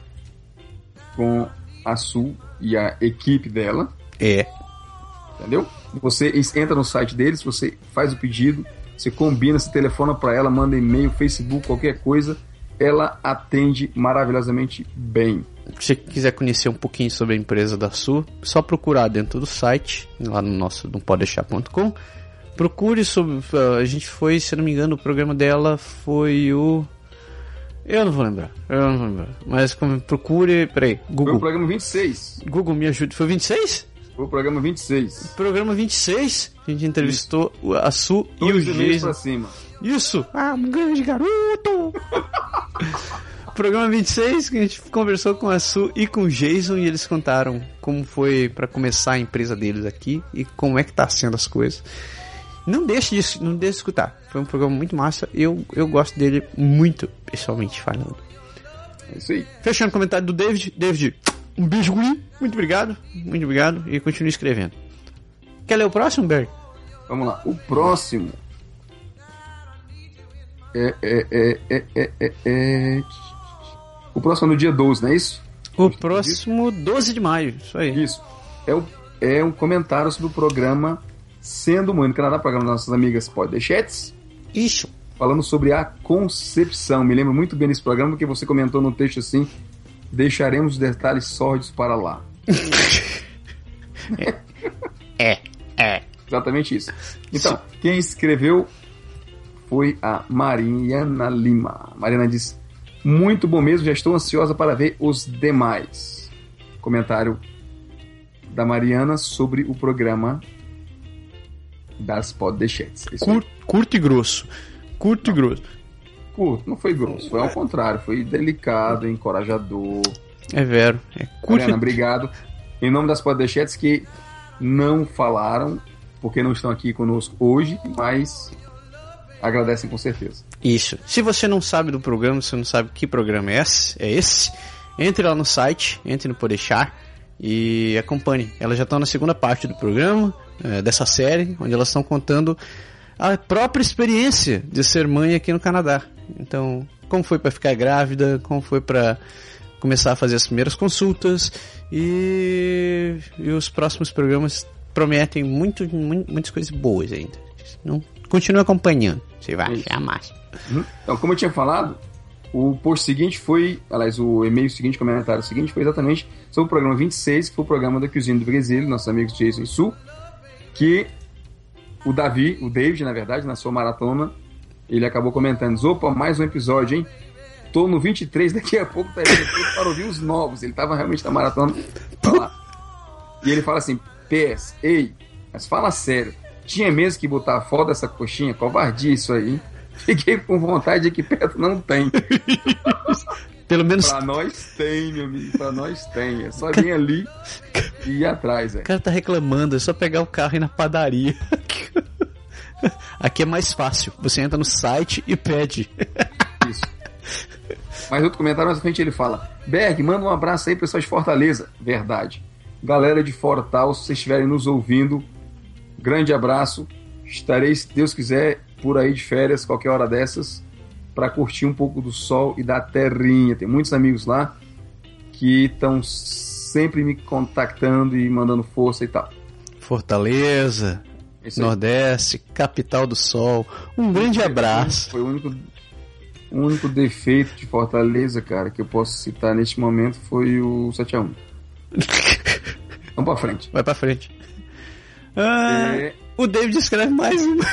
com a Su e a equipe dela. É. Entendeu? Você entra no site deles, você faz o pedido, você combina, você telefona para ela, manda e-mail, Facebook, qualquer coisa. Ela atende maravilhosamente bem. Se você quiser conhecer um pouquinho sobre a empresa da Su, só procurar dentro do site, lá no nosso no podeixar ponto com. Procure sobre... A gente foi, se não me engano, o programa dela foi o... Eu não vou lembrar, eu não vou lembrar. Mas como, procure... Peraí, Google. Foi o programa vinte e seis. Google, me ajude. Foi vinte e seis? O programa vinte e seis. Programa vinte e seis, a gente entrevistou Isso. a Su e Dois o Jason. Pra cima. Isso! Ah, um grande garoto! Programa vinte e seis, que a gente conversou com a Su e com o Jason e eles contaram como foi pra começar a empresa deles aqui e como é que tá sendo as coisas. Não deixe de, não deixe de escutar. Foi um programa muito massa. Eu, eu gosto dele muito, pessoalmente falando. É isso aí. Fechando o comentário do David. David, um beijo, guri. Muito obrigado. Muito obrigado. E continue escrevendo. Quer ler o próximo, Berg? Vamos lá. O próximo... É, é, é, é, é, é, é... O próximo é no dia doze, não é isso? O próximo, doze de maio. Isso aí. Isso. É, o, é um comentário sobre o programa Sendo Mãe no Canadá, programa das nossas amigas Podechats. Isso. Falando sobre a concepção. Me lembro muito bem desse programa, porque você comentou no texto assim: deixaremos os detalhes sórdidos para lá. é, é, é. Exatamente isso. Então, Sim. quem escreveu foi a Mariana Lima. A Mariana diz: muito bom mesmo, já estou ansiosa para ver os demais. Comentário da Mariana sobre o programa das Podechats. Cur, curto e grosso. Curto não. e grosso. Curto, não foi grosso, foi ao contrário, foi delicado, encorajador. É vero. É curto. Mariana, obrigado. Em nome das Podechats que não falaram, porque não estão aqui conosco hoje, mas agradecem com certeza. Isso. Se você não sabe do programa, você não sabe que programa é esse, é esse entre lá no site, entre no Podeixar e acompanhe. Elas já estão na segunda parte do programa, é, dessa série, onde elas estão contando a própria experiência de ser mãe aqui no Canadá. Então, como foi para ficar grávida, como foi para começar a fazer as primeiras consultas, e, e os próximos programas prometem muito, muito, muitas coisas boas ainda. Não, continue acompanhando, você vai achar massa. Uhum. Então, como eu tinha falado, o post seguinte foi, aliás, o e-mail seguinte, o comentário seguinte foi exatamente sobre o programa vinte e seis, que foi o programa da Cozinha do Brasil, nossos amigos Jason e Su, que o Davi, o David, na verdade, na sua maratona, ele acabou comentando: opa, mais um episódio, hein? Tô no vinte e três, daqui a pouco tá aí para ouvir os novos. Ele tava realmente na maratona pra lá. E ele fala assim: P S, ei, mas fala sério, tinha mesmo que botar a foto dessa coxinha? Covardia isso aí, hein? Fiquei com vontade, aqui perto não tem. Pelo menos... Pra nós tem, meu amigo, pra nós tem. É só vir ali e ir atrás, velho. O cara tá reclamando, é só pegar o carro e ir na padaria. Aqui é mais fácil, você entra no site e pede. Isso. Mas outro comentário mais à frente ele fala: Berg, manda um abraço aí, pessoal de Fortaleza. Verdade. Galera de Fortal, se vocês estiverem nos ouvindo, grande abraço. Estarei, se Deus quiser, por aí de férias, qualquer hora dessas, para curtir um pouco do sol e da terrinha. Tem muitos amigos lá que estão sempre me contactando e mandando força e tal. Fortaleza, Nordeste, capital do sol. Um grande abraço. Foi o único, o único defeito de Fortaleza, cara, que eu posso citar neste momento foi o sete a um. Vamos pra frente. Vai pra frente. Ah, é... O David escreve mais um.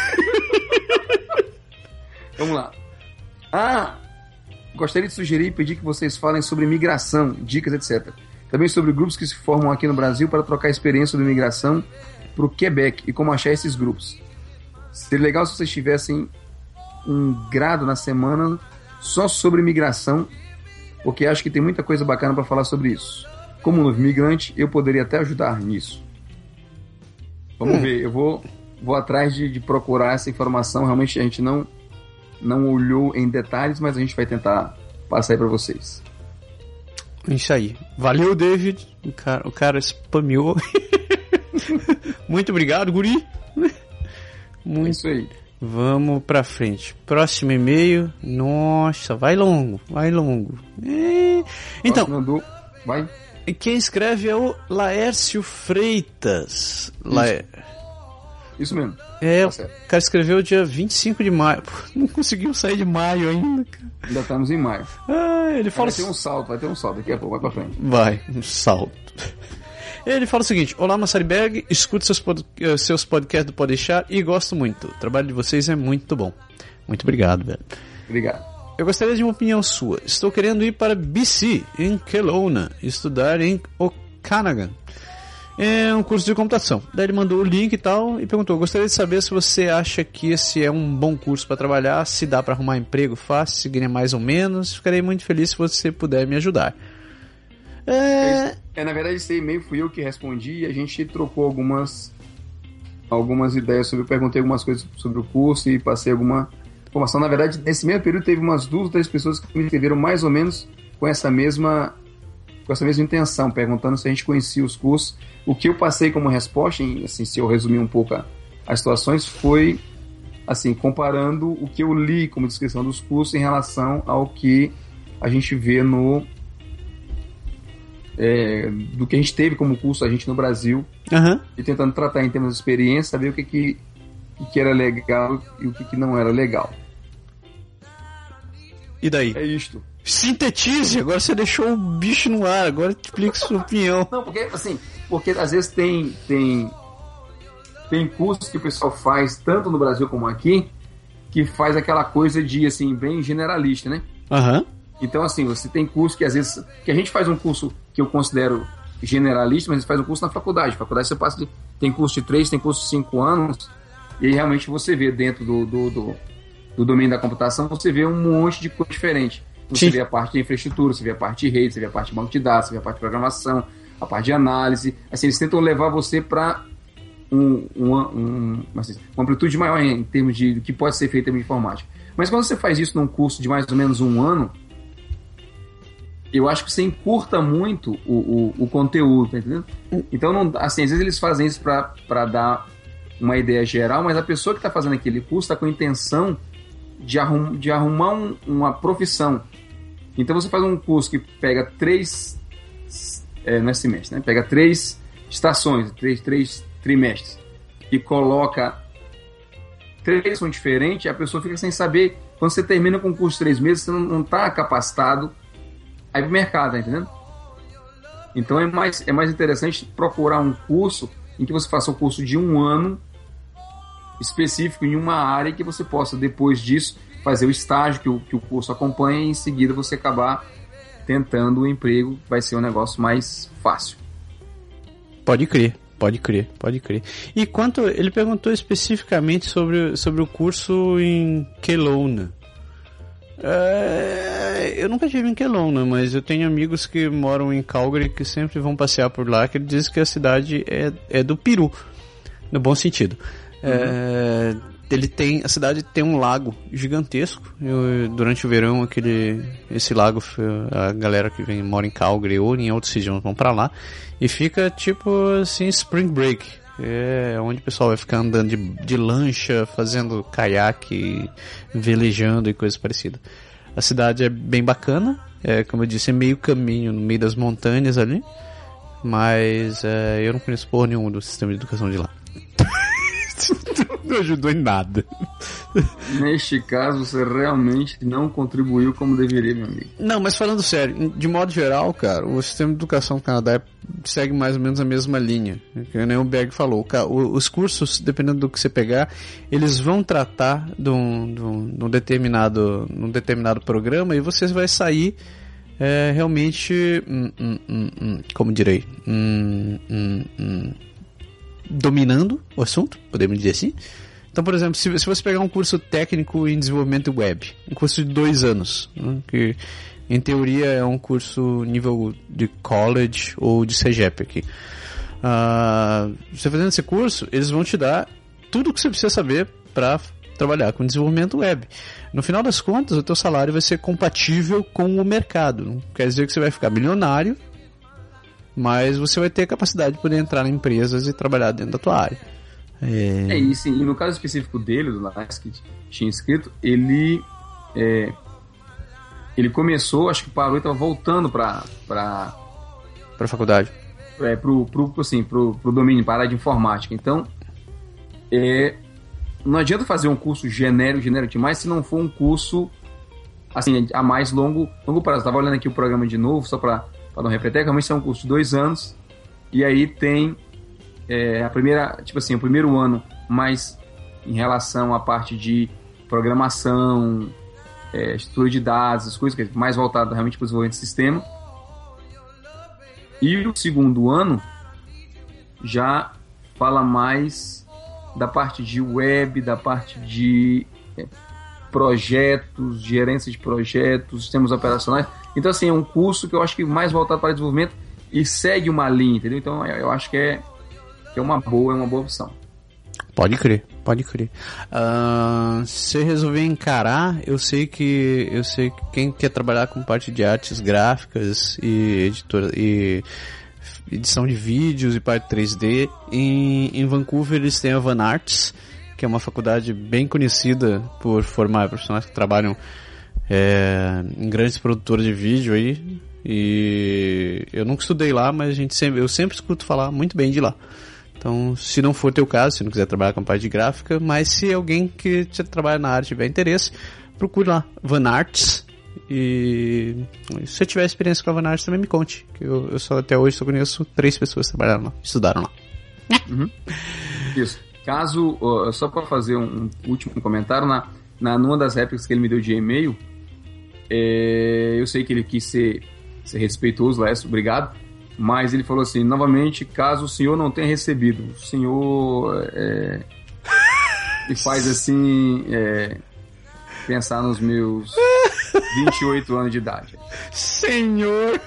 Vamos lá. Ah, gostaria de sugerir e pedir que vocês falem sobre migração, dicas, etcétera. Também sobre grupos que se formam aqui no Brasil para trocar experiência sobre migração para o Quebec e como achar esses grupos. Seria legal se vocês tivessem um grado na semana só sobre migração, porque acho que tem muita coisa bacana para falar sobre isso. Como novo imigrante, eu poderia até ajudar nisso. Vamos hum. ver, eu vou, vou atrás de, de procurar essa informação. Realmente a gente não, não olhou em detalhes, mas a gente vai tentar passar aí para vocês. Isso aí. Valeu, David. O cara, o cara spameou. Muito obrigado, guri. Muito. É isso aí. Vamos pra frente. Próximo e-mail. Nossa, vai longo, vai longo. É... Então, do... vai. Quem escreve é o Laércio Freitas. Isso, La... Isso mesmo. É, tá o cara escreveu dia vinte e cinco de maio. Pô, não conseguiu sair de maio ainda, cara. Ainda estamos em maio. Ah, ele fala... Vai ter um salto, vai ter um salto. Daqui a pouco, vai pra frente. Vai, um salto. Ele fala o seguinte: olá, Massariberg, escuto seus, pod... seus podcasts do Podeixar e gosto muito. O trabalho de vocês é muito bom. Muito obrigado, velho. Obrigado. Eu gostaria de uma opinião sua. Estou querendo ir para B C, em Kelowna, estudar em Okanagan. É um curso de computação. Daí ele mandou o link e tal e perguntou: gostaria de saber se você acha que esse é um bom curso para trabalhar, se dá para arrumar emprego fácil, se ganha mais ou menos. Ficarei muito feliz se você puder me ajudar. É, é na verdade esse e-mail fui eu que respondi e a gente trocou algumas algumas ideias sobre, eu perguntei algumas coisas sobre o curso e passei alguma informação. Na verdade, nesse mesmo período teve umas duas ou três pessoas que me escreveram mais ou menos com essa mesma com essa mesma intenção, perguntando se a gente conhecia os cursos. O que eu passei como resposta, assim, se eu resumir um pouco a, as situações, foi assim, comparando o que eu li como descrição dos cursos em relação ao que a gente vê no é, do que a gente teve como curso a gente no Brasil, uhum. e tentando tratar em termos de experiência, saber o que, que, o que era legal e o que, que não era legal. E daí? É isto. Sintetize, agora você deixou o bicho no ar, agora explica sua opinião. Não, porque assim, porque às vezes tem, tem, tem cursos que o pessoal faz, tanto no Brasil como aqui, que faz aquela coisa de, assim, bem generalista, né? Aham. Uhum. Então, assim, você tem curso que às vezes, que a gente faz um curso que eu considero generalista, mas a gente faz um curso na faculdade. Faculdade você passa de, tem curso de três, tem curso de cinco anos, e aí realmente você vê dentro do, do, do, do domínio da computação, você vê um monte de coisa diferente. Você Sim. vê a parte de infraestrutura, você vê a parte de rede, você vê a parte de banco de dados, você vê a parte de programação, a parte de análise. Assim, eles tentam levar você para um, um, um, assim, uma amplitude maior em termos de do que pode ser feito em termos de informática. Mas quando você faz isso num curso de mais ou menos um ano, eu acho que você encurta muito o, o, o conteúdo, tá entendendo? Então, não, assim, às vezes eles fazem isso para dar uma ideia geral, mas a pessoa que está fazendo aquele curso está com a intenção de, arrum, de arrumar um, uma profissão. Então você faz um curso que pega três é, não é semestre, né? Pega três estações, três, três trimestres e coloca três são diferentes, a pessoa fica sem saber. Quando você termina com o curso de três meses, você não está capacitado aí pro mercado, tá entendendo? Então é mais, é mais interessante procurar um curso em que você faça um curso de um ano específico em uma área que você possa, depois disso, fazer o estágio que o, que o curso acompanha e em seguida você acabar tentando o emprego, vai ser um negócio mais fácil. Pode crer, pode crer, pode crer. E quanto, ele perguntou especificamente sobre, sobre o curso em Kelowna. É, eu nunca estive em Kelowna, mas eu tenho amigos que moram em Calgary que sempre vão passear por lá, que eles dizem que a cidade é, é do Peru, no bom sentido. Uhum. É, ele tem, a cidade tem um lago gigantesco. Eu, durante o verão, aquele, esse lago, a galera que vem, mora em Calgary ou em outras regiões vão pra lá e fica tipo assim, spring break. É onde o pessoal vai ficar andando de, de lancha, fazendo caiaque, velejando e coisas parecidas. A cidade é bem bacana, é, como eu disse, é meio caminho no meio das montanhas ali, mas é, eu não conheço porra nenhuma do sistema de educação de lá. Não ajudou em nada. Neste caso, você realmente não contribuiu como deveria, meu amigo. Não, mas falando sério, de modo geral, cara, o sistema de educação do Canadá segue mais ou menos a mesma linha. Que nem o Berg falou. Os cursos, dependendo do que você pegar, eles vão tratar de um, de um, de um, determinado, de um determinado programa e você vai sair é, realmente, hum, hum, hum, hum, como direi, hum, hum, hum, dominando o assunto, podemos dizer assim. Então, por exemplo, se, se você pegar um curso técnico em desenvolvimento web, um curso de dois anos, né, que em teoria é um curso nível de college ou de C G E P aqui. Uh, você fazendo esse curso, eles vão te dar tudo o que você precisa saber para trabalhar com desenvolvimento web. No final das contas, o teu salário vai ser compatível com o mercado. Não quer dizer que você vai ficar milionário, mas você vai ter a capacidade de poder entrar em empresas e trabalhar dentro da tua área. É, é isso. E no caso específico dele, do Lars, que tinha escrito, ele é, ele começou, acho que parou e estava voltando para para para faculdade, é, pro, pro, assim, pro, pro domínio, para a área de informática. Então, é, não adianta fazer um curso genérico, genérico demais, se não for um curso assim, a mais longo, longo prazo. Estava olhando aqui o programa de novo, só para para não repetir, realmente é um curso de dois anos, e aí tem é, a primeira, tipo assim, o primeiro ano mais em relação à parte de programação, é, estrutura de dados, as coisas que é mais voltado realmente para o desenvolvimento de sistema. E o segundo ano já fala mais da parte de web, da parte de é, projetos, gerência de projetos, sistemas operacionais. Então, assim, é um curso que eu acho que mais voltado para desenvolvimento e segue uma linha, entendeu? Então, eu acho que é, que é uma boa, é uma boa opção. Pode crer, pode crer. Uh, se resolver encarar, eu sei que eu sei que quem quer trabalhar com parte de artes gráficas e editora e edição de vídeos e parte três D, em, em Vancouver eles têm a Van Arts, que é uma faculdade bem conhecida por formar profissionais que trabalham é, em grandes produtoras de vídeo aí. E eu nunca estudei lá, mas a gente sempre, eu sempre escuto falar muito bem de lá. Então, se não for teu caso, se não quiser trabalhar com parte de gráfica, mas se alguém que trabalha na área tiver interesse, procure lá, Van Arts. E se você tiver experiência com a Van Arts, também me conte. Que eu, eu só até hoje só conheço três pessoas que trabalharam lá, estudaram lá. Uhum. Isso. Caso, uh, só para fazer um, um último comentário, na, na, numa das réplicas que ele me deu de e-mail, é, eu sei que ele quis ser, ser respeitoso, Lécio, obrigado. Mas ele falou assim, novamente, caso o senhor não tenha recebido, o senhor é, me faz assim é, pensar nos meus vinte e oito anos de idade. Senhor!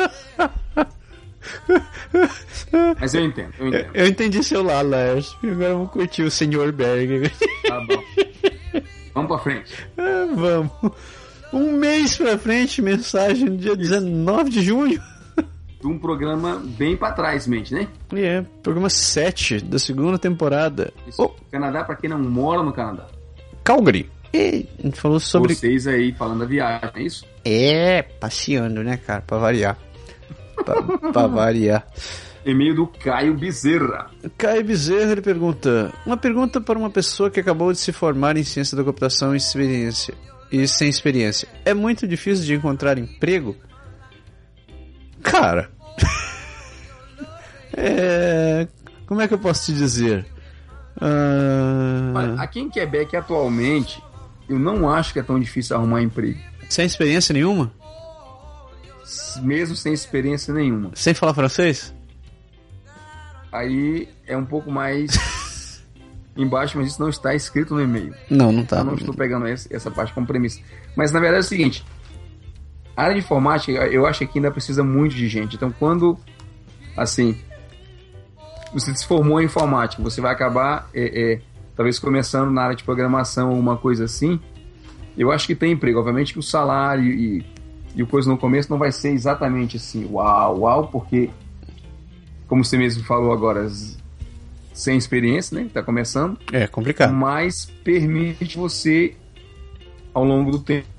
Mas eu entendo, eu entendo. Eu entendi seu lado, Lars. Agora eu vou curtir o senhor Berg. Tá bom. Vamos pra frente. Ah, vamos. Um mês pra frente, mensagem no dia dezenove de junho. Um programa bem pra trás, mente, né? É, programa sete da segunda temporada. Isso. Oh. Canadá, pra quem não mora no Canadá. Calgary. E a gente falou sobre... Vocês aí falando da viagem, é isso? É, passeando, né, cara? Pra variar. pra, pra variar. E-mail do Caio Bezerra. Caio Bezerra, ele pergunta... Uma pergunta para uma pessoa que acabou de se formar em ciência da computação e experiência. E sem experiência. É muito difícil de encontrar emprego? Cara, é, como é que eu posso te dizer? Uh... Olha, aqui em Quebec atualmente, eu não acho que é tão difícil arrumar emprego. Sem experiência nenhuma? Mesmo sem experiência nenhuma. Sem falar francês? Aí é um pouco mais embaixo, mas isso não está escrito no e-mail. Não, não tá. Eu não estou pegando essa parte como premissa. Mas na verdade é o seguinte... A área de informática, eu acho que ainda precisa muito de gente. Então, quando, assim, você se formou em informática, você vai acabar, é, é, talvez, começando na área de programação ou uma coisa assim, eu acho que tem emprego. Obviamente que o salário e, e o coisa no começo não vai ser exatamente assim, uau, uau, porque, como você mesmo falou agora, sem experiência, né, tá começando. É complicado. Mas permite você, ao longo do tempo,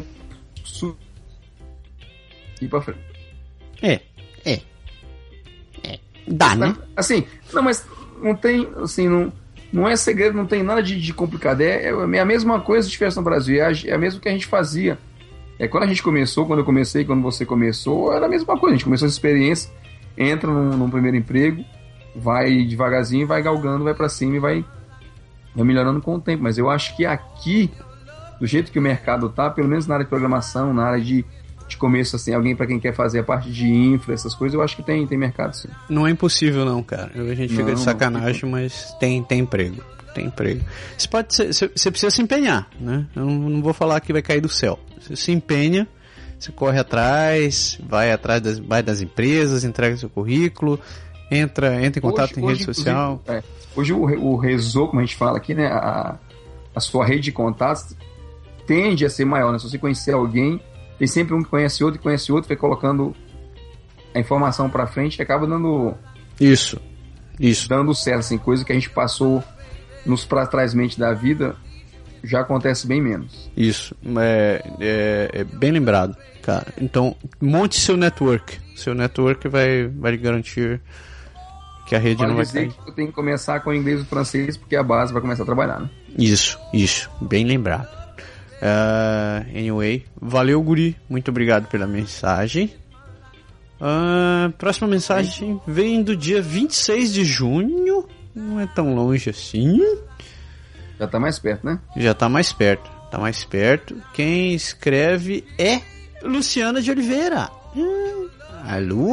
ir pra frente. É, é. É. Dá, né? Assim, não, mas não tem, assim, não, não é segredo, não tem nada de, de complicado. É, é a mesma coisa que tivesse no Brasil, é, é a mesma que a gente fazia. É quando a gente começou, quando eu comecei, quando você começou, era a mesma coisa. A gente começou essa experiência, entra num, num primeiro emprego, vai devagarzinho, vai galgando, vai pra cima e vai, vai melhorando com o tempo. Mas eu acho que aqui, do jeito que o mercado tá, pelo menos na área de programação, na área de de começo, assim, alguém para quem quer fazer a parte de infra, essas coisas, eu acho que tem, tem mercado, sim. Não é impossível, não, cara. A gente fica não, de sacanagem, não, mas tem, tem emprego. Tem emprego. Você pode ser, você precisa se empenhar, né? Eu não, não vou falar que vai cair do céu. Você se empenha, você corre atrás, vai atrás das, vai das empresas, entrega seu currículo, entra, entra em contato hoje, em rede social. É, hoje o, o Rezo, como a gente fala aqui, né? A, a sua rede de contatos tende a ser maior, né? Se você conhecer alguém, tem sempre um que conhece outro, que conhece outro, vai colocando a informação pra frente e acaba dando... Isso, isso. Dando certo, assim, coisa que a gente passou nos pra trás mente da vida, já acontece bem menos. Isso, é, é, é bem lembrado, cara. Então, monte seu network. Seu network vai, vai garantir que a rede Pode não vai dizer cair. Que eu tenho que começar com o inglês e o francês, porque a base vai começar a trabalhar, né? Isso, isso, bem lembrado. Uh, anyway, valeu, guri, muito obrigado pela mensagem. Uh, próxima mensagem vem do dia vinte e seis de junho. Não é tão longe assim. Já tá mais perto, né? Já tá mais perto, tá mais perto. Quem escreve é Luciana de Oliveira. Hum, alô,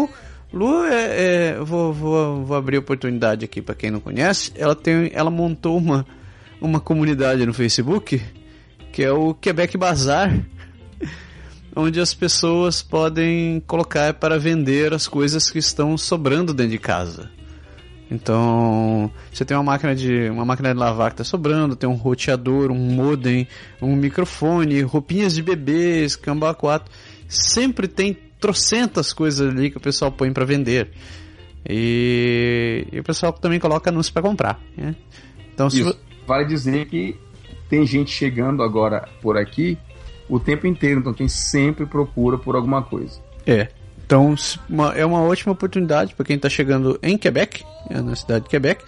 Lu, é, é, vou, vou, vou abrir a oportunidade aqui para quem não conhece. Ela, tem, ela montou uma, uma comunidade no Facebook, que é o Quebec Bazar, onde as pessoas podem colocar para vender as coisas que estão sobrando dentro de casa. Então, você tem uma máquina de uma máquina de lavar que está sobrando, tem um roteador, um modem, um microfone, roupinhas de bebês, cambá quatro. Sempre tem trocentas coisas ali que o pessoal põe para vender. E, e o pessoal também coloca anúncio para comprar, né? Então, se Isso. Vale dizer que tem gente chegando agora por aqui o tempo inteiro, então tem sempre procura por alguma coisa. É. Então uma, é uma ótima oportunidade para quem está chegando em Quebec, na cidade de Quebec,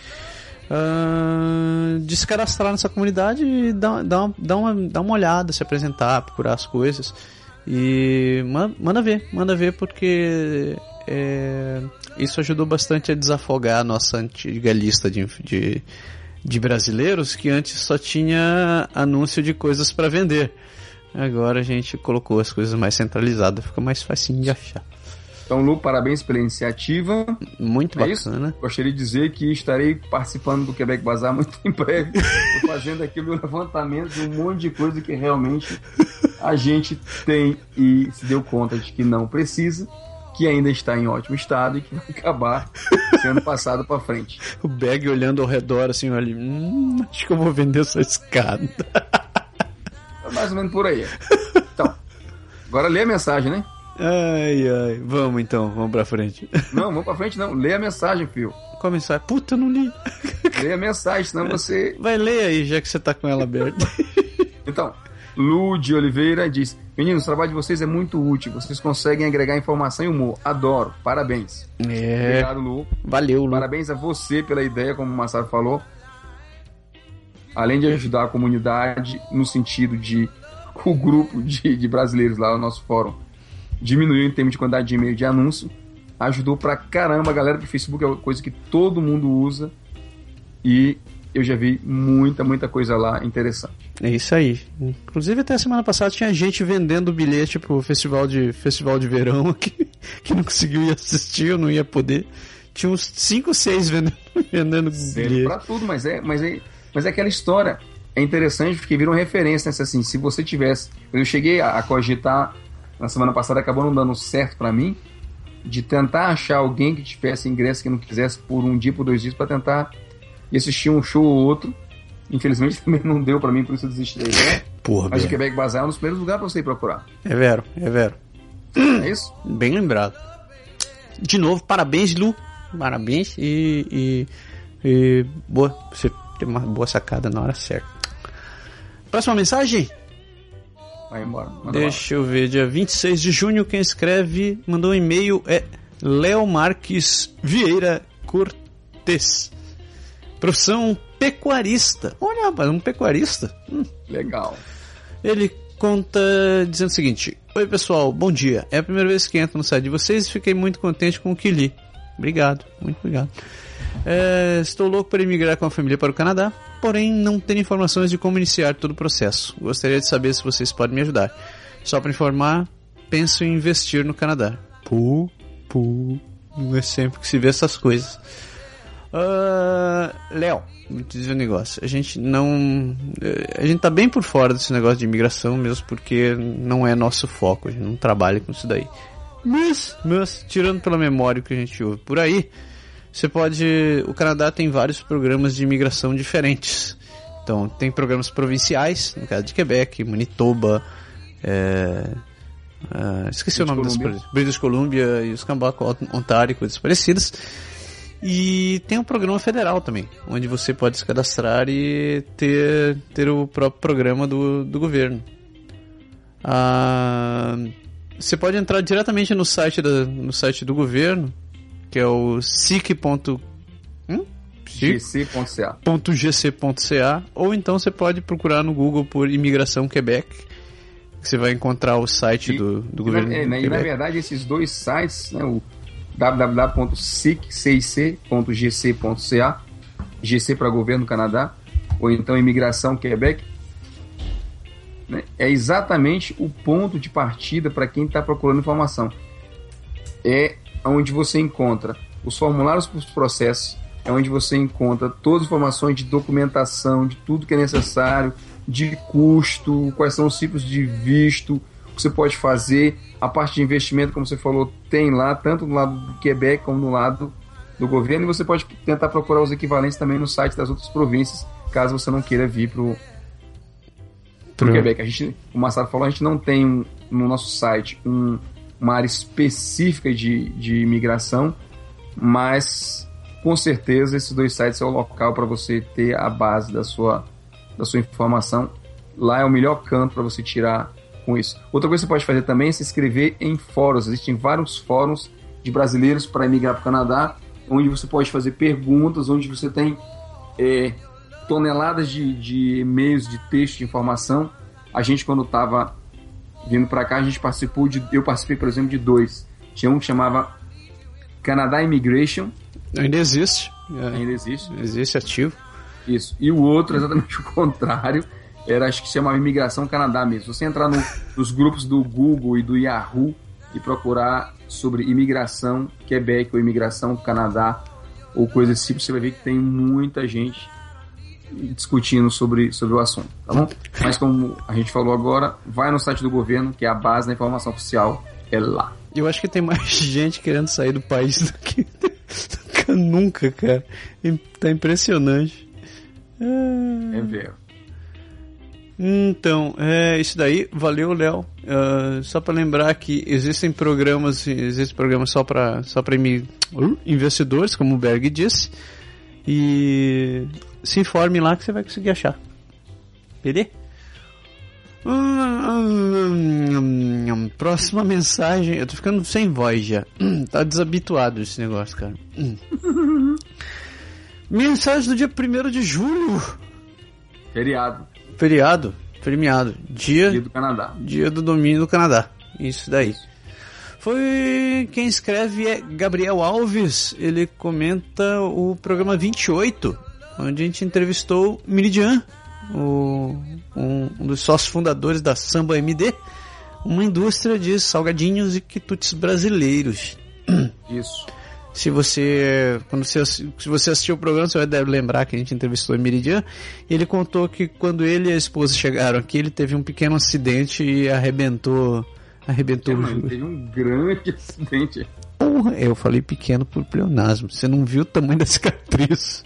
uh, de se cadastrar nessa comunidade e dar, dar, uma, dar, uma, dar uma olhada, se apresentar, procurar as coisas. E manda, manda ver, manda ver porque é, isso ajudou bastante a desafogar a nossa antiga lista de, de, de brasileiros que antes só tinha anúncio de coisas para vender. Agora a gente colocou as coisas mais centralizadas, fica mais facinho de achar. Então, Lu, parabéns pela iniciativa. Muito é bacana. Isso? Gostaria de dizer que estarei participando do Quebec Bazar muito em breve. Estou fazendo aqui o meu levantamento de um monte de coisa que realmente a gente tem e se deu conta de que não precisa, que ainda está em ótimo estado e que vai acabar sendo passado para frente. O Bag olhando ao redor assim, olha, hum, acho que eu vou vender essa escada. É mais ou menos por aí. Então, agora lê a mensagem, né? Ai, ai. Vamos então, vamos pra frente. Não, vamos pra frente não. Lê a mensagem, filho. Qual a mensagem? Puta, eu não li. Lê a mensagem, senão você... Vai ler aí, já que você tá com ela aberta. Então, Lu de Oliveira diz: meninos, o trabalho de vocês é muito útil. Vocês conseguem agregar informação e humor. Adoro. Parabéns. É. Obrigado, Lu. Valeu, Lu. Parabéns a você pela ideia, como o Massaro falou. Além de ajudar a comunidade no sentido de o grupo de, de brasileiros lá no nosso fórum diminuiu em termos de quantidade de e-mail de anúncio, ajudou pra caramba a galera, porque o Facebook é uma coisa que todo mundo usa e eu já vi muita, muita coisa lá interessante. É isso aí. Inclusive até a semana passada tinha gente vendendo bilhete pro festival de, festival de verão que, que não conseguiu ir assistir, ou não ia poder. Tinha uns cinco, seis vendendo, vendendo bilhete. Pra tudo, mas é, mas, é, mas é aquela história. É interessante porque viram referência, né? Assim, se você tivesse... Eu cheguei a, a cogitar na semana passada, acabou não dando certo pra mim, de tentar achar alguém que tivesse ingresso que não quisesse por um dia, por dois dias, pra tentar ir assistir um show ou outro. Infelizmente também não deu pra mim, por isso eu desisti da ideia. Porra, mas o Quebec Bazar é um dos primeiros lugares pra você ir procurar. É vero, é vero. É isso? Bem lembrado. De novo, parabéns, Lu. Parabéns e, e, e boa, você teve uma boa sacada na hora certa. Próxima mensagem? Vai embora. Deixa eu ver, dia vinte e seis de junho, quem escreve, mandou um e-mail é Léo Marques Vieira Cortes. Profissão pecuarista. Olha, rapaz, um pecuarista. Hum. Legal. Ele conta dizendo o seguinte: oi pessoal, bom dia. É a primeira vez que entro no site de vocês e fiquei muito contente com o que li. Obrigado, muito obrigado. É, estou louco para emigrar com a família para o Canadá, porém não tenho informações de como iniciar todo o processo. Gostaria de saber se vocês podem me ajudar. Só para informar, penso em investir no Canadá. Pô, pô, não é sempre que se vê essas coisas. Uh, Léo, vou te dizer um negócio. A gente não... A gente tá bem por fora desse negócio de imigração mesmo, porque não é nosso foco. A gente não trabalha com isso daí. Mas, mas tirando pela memória o que a gente ouve por aí, você pode... O Canadá tem vários programas de imigração diferentes. Então, tem programas provinciais, no caso de Quebec, Manitoba, é... uh, esqueci British o nome Columbia. das British Columbia e os Cambacos, Ontário, coisas parecidas. E tem um programa federal também, onde você pode se cadastrar e ter, ter o próprio programa do, do governo. Ah, você pode entrar diretamente no site, da, no site do governo, que é o sic ponto g c ponto c a, ou então você pode procurar no Google por Imigração Quebec, que você vai encontrar o site e, do, do e governo. Na, é, né, e na verdade esses dois sites, né, o w w w ponto sic ponto g c ponto c a, G C para Governo do Canadá, ou então Imigração Quebec, né, é exatamente o ponto de partida para quem está procurando informação. É onde você encontra os formulários para os processos, é onde você encontra todas as informações de documentação, de tudo que é necessário, de custo, quais são os tipos de visto, o que você pode fazer. A parte de investimento, como você falou, tem lá, tanto do lado do Quebec como do lado do governo, e você pode tentar procurar os equivalentes também no site das outras províncias, caso você não queira vir para o Quebec. A gente, o Massaro falou, a gente não tem um, no nosso site um, uma área específica de, de imigração, mas com certeza esses dois sites é o local para você ter a base da sua, da sua informação. Lá é o melhor canto para você tirar com isso. Outra coisa que você pode fazer também é se inscrever em fóruns. Existem vários fóruns de brasileiros para emigrar para o Canadá, onde você pode fazer perguntas, onde você tem é, toneladas de, de e-mails, de texto, de informação. A gente, quando estava vindo para cá, a gente participou de, eu participei, por exemplo, de dois. Tinha um que chamava Canada Immigration. Ainda existe. É. Ainda existe. Existe, ativo. Isso. E o outro, exatamente o contrário, era, acho que se chamava Imigração Canadá mesmo. Você entrar no, nos grupos do Google e do Yahoo e procurar sobre imigração Quebec ou imigração Canadá ou coisa desse tipo, você vai ver que tem muita gente discutindo sobre, sobre o assunto, tá bom? Mas como a gente falou agora, vai no site do governo, que é a base da informação oficial, é lá. Eu acho que tem mais gente querendo sair do país do que, do que nunca, cara. Tá impressionante. É ver. Então, é isso daí. Valeu, Léo. Uh, só para lembrar que existem programas, existem programas só para só para investidores, como o Berg disse. E se informe lá que você vai conseguir achar. Beleza? Hum, próxima mensagem. Eu tô ficando sem voz já. Tá desabituado esse negócio, cara. Mensagem do dia primeiro de julho. Feriado. Feriado, premiado. Dia, dia do Canadá. Dia do domínio do Canadá. Isso daí. Foi quem escreve é Gabriel Alves. Ele comenta o programa vinte e oito, onde a gente entrevistou Meridian, o, um, um dos sócios fundadores da Samba M D, uma indústria de salgadinhos e quitutes brasileiros. Isso. Se você, quando você, se você assistiu o programa, você deve lembrar que a gente entrevistou o Meridian. E ele contou que quando ele e a esposa chegaram aqui, ele teve um pequeno acidente e arrebentou. Arrebentou. É, mano, teve um grande acidente. Porra, eu falei pequeno por pleonasmo. Você não viu o tamanho da cicatriz.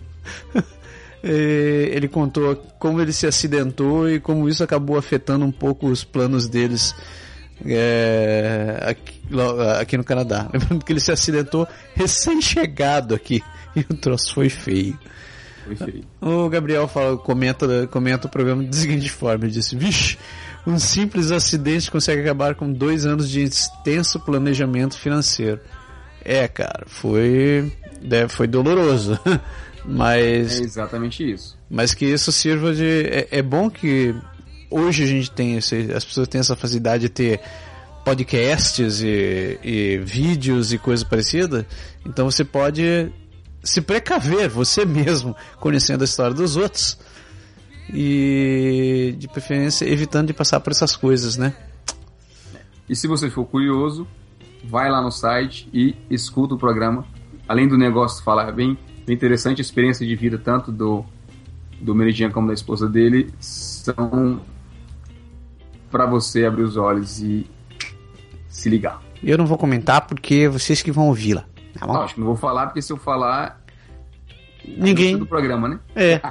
Ele contou como ele se acidentou e como isso acabou afetando um pouco os planos deles. É, aqui, aqui no Canadá. Lembrando que ele se acidentou recém-chegado aqui e o troço foi feio. Foi feio. O Gabriel fala, comenta, comenta o programa da seguinte forma: ele disse, vixe, um simples acidente consegue acabar com dois anos de extenso planejamento financeiro. É, cara, foi, deve, foi doloroso. Mas é exatamente isso. Mas que isso sirva de. É, é bom que hoje a gente tem, esse, as pessoas têm essa facilidade de ter podcasts e, e vídeos e coisa parecida. Então você pode se precaver você mesmo, conhecendo a história dos outros e de preferência evitando de passar por essas coisas, né? E se você for curioso, vai lá no site e escuta o programa. Além do negócio falar bem, bem interessante, a experiência de vida tanto do do Meridian como da esposa dele são para você abrir os olhos e se ligar. Eu não vou comentar porque vocês que vão ouvi-la. Tá bom? Não, acho que não vou falar porque se eu falar ninguém do programa, né? É.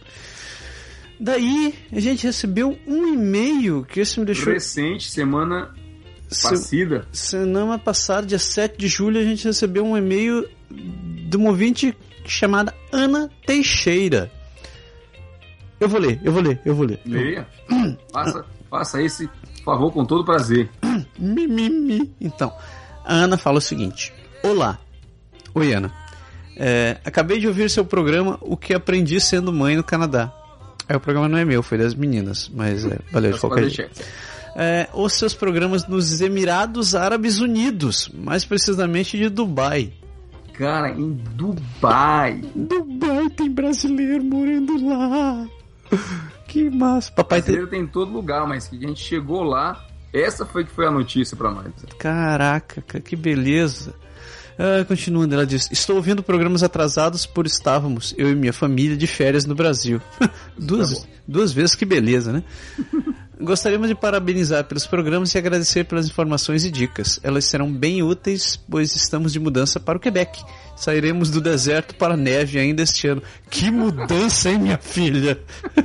Daí a gente recebeu um e-mail que esse me deixou recente, semana passada. Semana passada, dia sete de julho, a gente recebeu um e-mail de uma ouvinte chamada Ana Teixeira. Eu vou ler, eu vou ler, eu vou ler. Leia. Faça, faça esse favor com todo prazer. Mimimi. Então, a Ana fala o seguinte: olá. Oi, Ana. É, acabei de ouvir seu programa O que Aprendi Sendo Mãe no Canadá. É, o programa não é meu, foi das meninas, mas é, valeu de qualquer jeito. É, os seus programas nos Emirados Árabes Unidos, mais precisamente de Dubai. Cara, em Dubai. Dubai tem brasileiro morando lá. Que massa. Papai brasileiro tem... tem em todo lugar, mas que a gente chegou lá Essa foi que foi a notícia pra nós. Caraca, que beleza. Ah, continuando, ela diz: estou ouvindo programas atrasados por estávamos, eu e minha família, de férias no Brasil. duas, tá duas vezes, que beleza, né? Gostaríamos de parabenizar pelos programas e agradecer pelas informações e dicas. Elas serão bem úteis, pois estamos de mudança para o Quebec. Sairemos do deserto para a neve ainda este ano. Que mudança, hein, minha filha?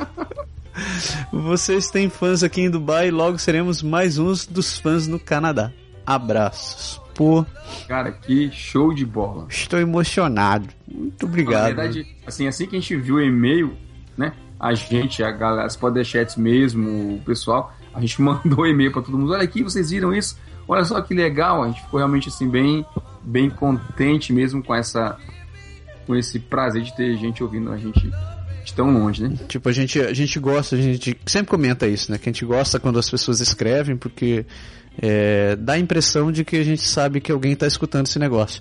Vocês têm fãs aqui em Dubai e logo seremos mais uns dos fãs no Canadá. Abraços. Pô, cara, que show de bola. Estou emocionado. Muito obrigado. Na verdade, assim, assim que a gente viu o e-mail, né? A gente, a galera, as podcasts mesmo, o pessoal, a gente mandou e-mail para todo mundo. Olha aqui, vocês viram isso? Olha só que legal. A gente ficou realmente assim bem, bem contente mesmo com essa, com esse prazer de ter gente ouvindo a gente de tão longe, né? Tipo, a gente, a gente gosta, a gente sempre comenta isso, né? Que a gente gosta quando as pessoas escrevem, porque é, dá a impressão de que a gente sabe que alguém está escutando esse negócio.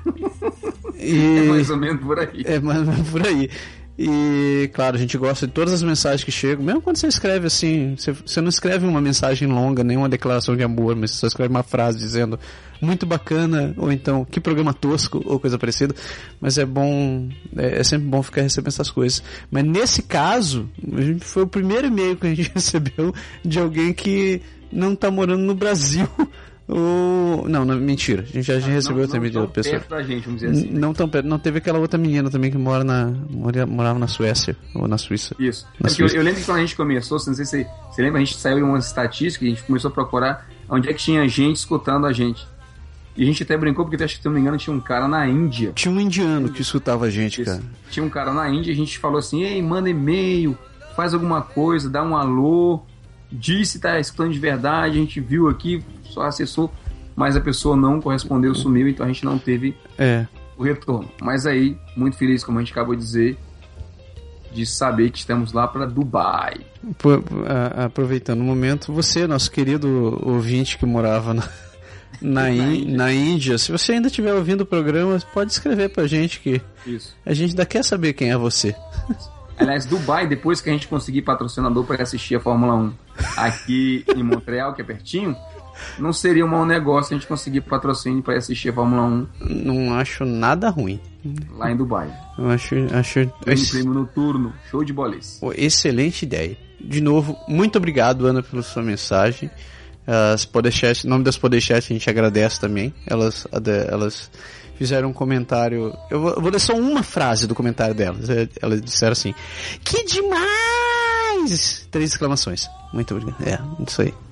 E, é mais ou menos por aí. É mais ou menos por aí. E, claro, a gente gosta de todas as mensagens que chegam, mesmo quando você escreve assim, você, você não escreve uma mensagem longa, nem uma declaração de amor, mas você só escreve uma frase dizendo muito bacana, ou então que programa tosco, ou coisa parecida. Mas é bom, é, é sempre bom ficar recebendo essas coisas. Mas nesse caso, a gente, foi o primeiro e-mail que a gente recebeu de alguém que não tá morando no Brasil. O... Não, não, mentira. A gente já, já recebeu outra e-mail de outra pessoa. Perto da gente, vamos dizer assim. Não tão perto. Não, teve aquela outra menina também que mora na, morava na Suécia ou na Suíça. Isso. Na é Suíça. Eu, eu lembro que quando a gente começou, não sei se você lembra, a gente saiu em uma estatística e a gente começou a procurar onde é que tinha gente escutando a gente. E a gente até brincou porque, acho que se não me engano, tinha um cara na Índia. Tinha um indiano que escutava a gente, Isso. cara. Tinha um cara na Índia e a gente falou assim: ei, manda e-mail, faz alguma coisa, dá um alô, diz se tá escutando de verdade, a gente viu aqui, só acessou. Mas a pessoa não correspondeu, sumiu, então a gente não teve é. o retorno. Mas aí, muito feliz, como a gente acabou de dizer, de saber que estamos lá para Dubai. Por, a, aproveitando o momento, você, nosso querido ouvinte que morava na, na, na, in, Índia. na Índia, se você ainda estiver ouvindo o programa, pode escrever pra gente que Isso. a gente ainda quer saber quem é você. Aliás, Dubai, depois que a gente conseguir patrocinador para assistir a Fórmula um aqui em Montreal, que é pertinho, não seria um mau negócio a gente conseguir patrocínio para assistir a Fórmula um. Não acho nada ruim. Lá em Dubai. Eu acho... acho Prêmio, prêmio noturno. Show de bolis. Excelente ideia. De novo, muito obrigado, Ana, pela sua mensagem. As podcasts, em nome das podcasts, a gente agradece também. Elas, elas fizeram um comentário... Eu vou, eu vou ler só uma frase do comentário delas. Elas disseram assim: que demais! Três exclamações. Muito obrigado. É, isso aí.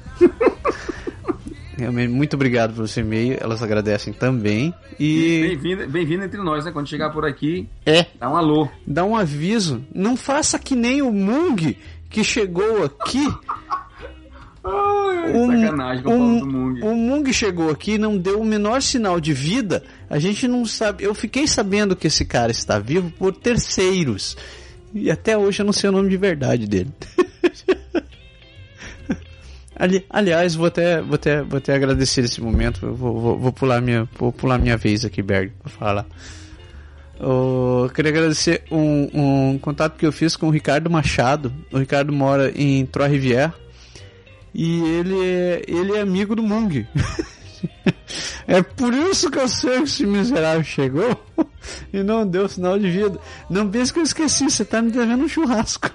Muito obrigado pelo seu e-mail, elas agradecem também. E, e bem-vindo, bem-vindo entre nós, né? Quando chegar por aqui, é, dá um alô. Dá um aviso. Não faça que nem o Mung, que chegou aqui. Ai, o, sacanagem com o Paulo do Mung. O Mung chegou aqui e não deu o menor sinal de vida. A gente não sabe. Eu fiquei sabendo que esse cara está vivo por terceiros. E até hoje eu não sei o nome de verdade dele. Ali, aliás, vou até, vou, até, vou até agradecer esse momento. Eu vou, vou, vou, pular minha, vou pular minha vez aqui, Berg, pra falar. Eu queria agradecer um, um contato que eu fiz com o Ricardo Machado. O Ricardo mora em Trois-Rivières e ele é, ele é amigo do Mung. É por isso que eu sei que esse miserável chegou e não deu sinal de vida. Não pense que eu esqueci, você tá me devendo um churrasco.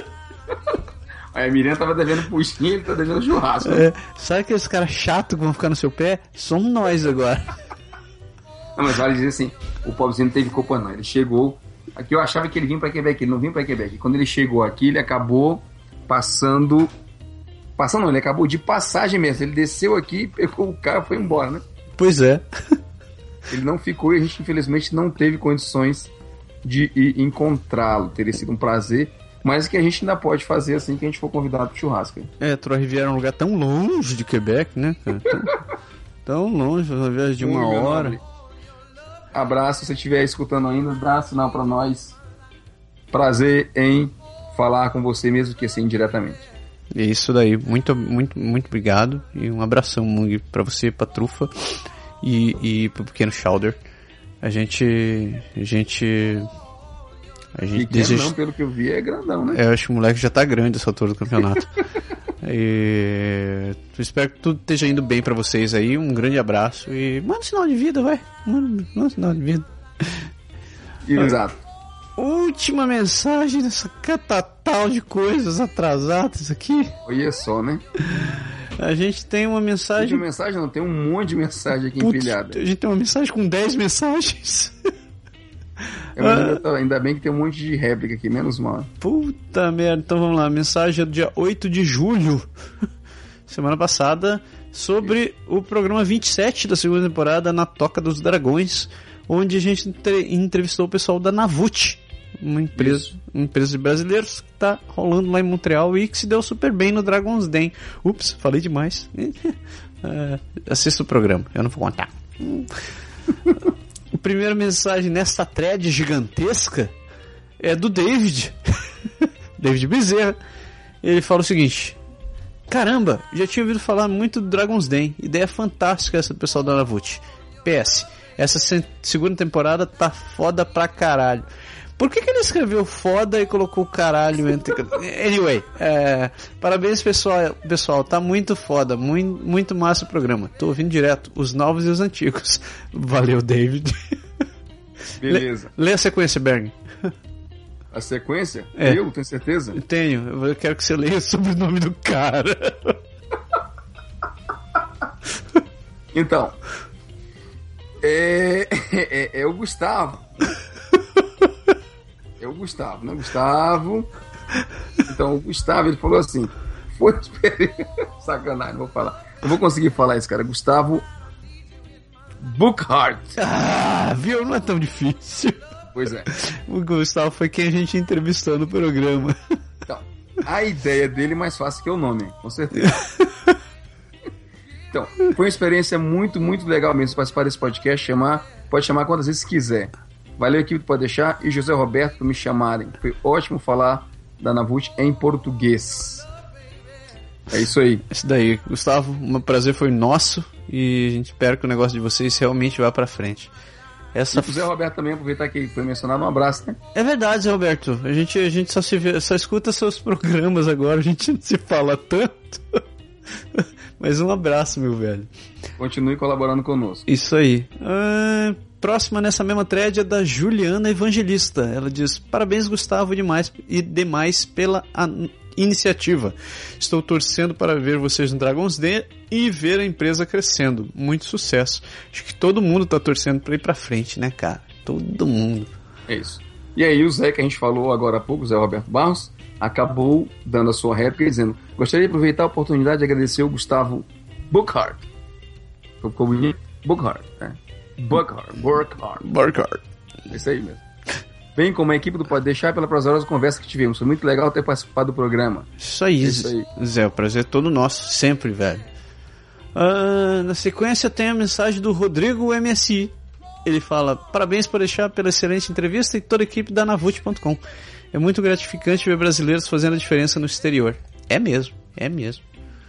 A Miriam tava devendo puxinha, ele tá devendo churrasco. É, sabe aqueles caras chatos que vão ficar no seu pé? Somos nós agora. Não, mas vale dizer assim, o pobrezinho não teve culpa não. Ele chegou... Aqui eu achava que ele vinha pra Quebec, ele não vinha pra Quebec. E quando ele chegou aqui, ele acabou passando... Passando não, ele acabou de passagem mesmo. Ele desceu aqui, pegou o carro e foi embora, né? Pois é. Ele não ficou e a gente infelizmente não teve condições de ir encontrá-lo. Teria sido um prazer... Mas que a gente ainda pode fazer assim que a gente for convidado pro churrasco. É, Trois-Rivières é um lugar tão longe de Quebec, né, cara? Tão, tão longe, uma viagem de uma Sim, hora. Abraço, se você estiver escutando ainda, dá sinal pra nós. Prazer em falar com você mesmo que assim diretamente. É isso daí, muito, muito, muito obrigado. E um abração, Mung, pra você, pra Trufa e, e pro pequeno Chowder. A gente... A gente... A gente Pequeno deseja... não, pelo que eu vi, é grandão, né? É, eu acho que o moleque já tá grande essa altura do campeonato. E... espero que tudo esteja indo bem pra vocês aí. Um grande abraço e manda um sinal de vida, vai. Manda, manda um sinal de vida. Exato. Última mensagem dessa catatal de coisas atrasadas aqui. Olha só, né? A gente tem uma mensagem... Tem mensagem? Não, tem um monte de mensagem aqui Putz, empilhada. A gente tem uma mensagem com dez mensagens. É, mas ainda, tá, ainda bem que tem um monte de réplica aqui, menos mal. Puta merda, então vamos lá. Mensagem do dia oito de julho, semana passada, sobre o programa vinte e sete da segunda temporada, Na Toca dos Dragões, onde a gente entre- entrevistou o pessoal da Navut, uma empresa, uma empresa de brasileiros que tá rolando lá em Montreal e que se deu super bem no Dragon's Den. Ups, falei demais. uh, assista o programa, eu não vou contar. A primeira mensagem nessa thread gigantesca é do David. David Bezerra. Ele fala o seguinte: caramba, já tinha ouvido falar muito do Dragon's Den. Ideia fantástica essa do pessoal da Navut. P S, essa se- segunda temporada tá foda pra caralho. Por que que ele escreveu foda e colocou caralho entre... Anyway, é, parabéns pessoal, pessoal, tá muito foda, muito, muito massa o programa. Tô ouvindo direto, os novos e os antigos. Valeu, David. Beleza. Lê, lê a sequência, Berg. A sequência? É. Eu, tenho certeza? Tenho, eu quero que você leia sobre o nome do cara. Então, é, é, é o Gustavo. É o Gustavo, né? Gustavo. Então, o Gustavo, ele falou assim: foi experiência. Sacanagem, não vou falar. Não vou conseguir falar isso, cara. Gustavo Buchhardt. Ah, viu? Não é tão difícil. Pois é. O Gustavo foi quem a gente entrevistou no programa. Então, a ideia dele é mais fácil que o nome, com certeza. Então, foi uma experiência muito, muito legal mesmo participar desse podcast. Chamar, pode chamar quantas vezes quiser. Valeu, equipe do Pode Deixar e José Roberto por me chamarem. Foi ótimo falar da Navut em português. É isso aí. Isso daí, Gustavo, um prazer foi nosso e a gente espera que o negócio de vocês realmente vá pra frente. Essa... E pro Zé Roberto também, aproveitar que ele foi mencionado, um abraço, né? É verdade, Zé Roberto. A gente, a gente só, se vê, só escuta seus programas agora, a gente não se fala tanto. Mas um abraço, meu velho. Continue colaborando conosco. Isso aí. Ah, próxima nessa mesma thread é da Juliana Evangelista. Ela diz: parabéns, Gustavo, demais e demais pela a... iniciativa. Estou torcendo para ver vocês no Dragon's Den e ver a empresa crescendo. Muito sucesso. Acho que todo mundo está torcendo para ir para frente, né, cara? Todo mundo. É isso. E aí o Zé, que a gente falou agora há pouco, o Zé Roberto Barros, acabou dando a sua réplica dizendo: gostaria de aproveitar a oportunidade de agradecer o Gustavo Buchhardt. Ficou bonito? Buchhardt, né? Buchhardt, Buchhardt. Buchhardt. É isso aí mesmo. Bem como a equipe do Pode Deixar pela prazorosa conversa que tivemos. Foi muito legal ter participado do programa. Isso aí, Isso aí. Zé. O prazer é todo nosso, sempre, velho. Ah, na sequência tem a mensagem do Rodrigo M S I. Ele fala: parabéns por deixar pela excelente entrevista e toda a equipe da Navut ponto com. É muito gratificante ver brasileiros fazendo a diferença no exterior. É mesmo, é mesmo.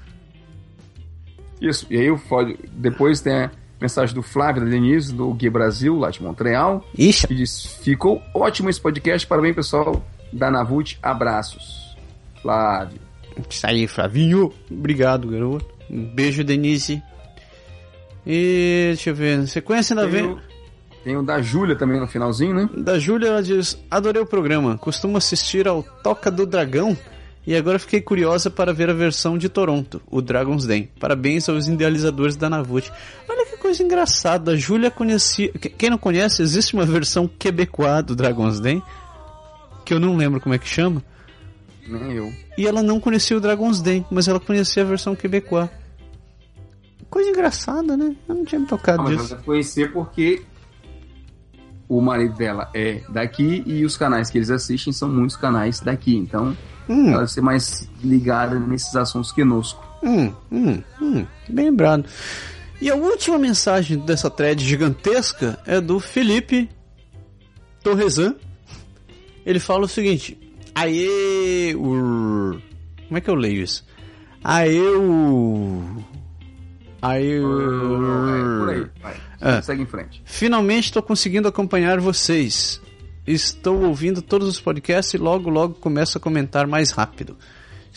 Isso. E aí o depois tem a mensagem do Flávio da Denise, do Gui Brasil, lá de Montreal. Ixi. Que diz: ficou ótimo esse podcast. Parabéns, pessoal da Navut. Abraços. Flávio. Isso aí, Flavinho. Obrigado, garoto. Um beijo, Denise. E deixa eu ver, na sequência ainda Tem vem... o, tem o da Júlia também no finalzinho, né? Da Júlia, ela diz: adorei o programa, costumo assistir ao Toca do Dragão e agora fiquei curiosa para ver a versão de Toronto, o Dragon's Den. Parabéns aos idealizadores da Navut. Olha que coisa engraçada, a Júlia conhecia... Quem não conhece, existe uma versão quebecoa do Dragon's Den, que eu não lembro como é que chama. Nem eu. E ela não conhecia o Dragon's Den, mas ela conhecia a versão quebecoa. Coisa engraçada, né? Eu não tinha me tocado Ah, mas disso. ela deve conhecer porque o marido dela é daqui e os canais que eles assistem são muitos canais daqui. Então, Hum. ela deve ser mais ligada nesses assuntos que conosco. Hum, hum, hum, bem lembrado. E a última mensagem dessa thread gigantesca é do Felipe Torresan. Ele fala o seguinte: aê, ur... como é que eu leio isso? Aê, u... aê, ur... Por aí, vai. Ah. Segue em frente. Finalmente estou conseguindo acompanhar vocês. Estou ouvindo todos os podcasts e logo, logo começo a comentar mais rápido.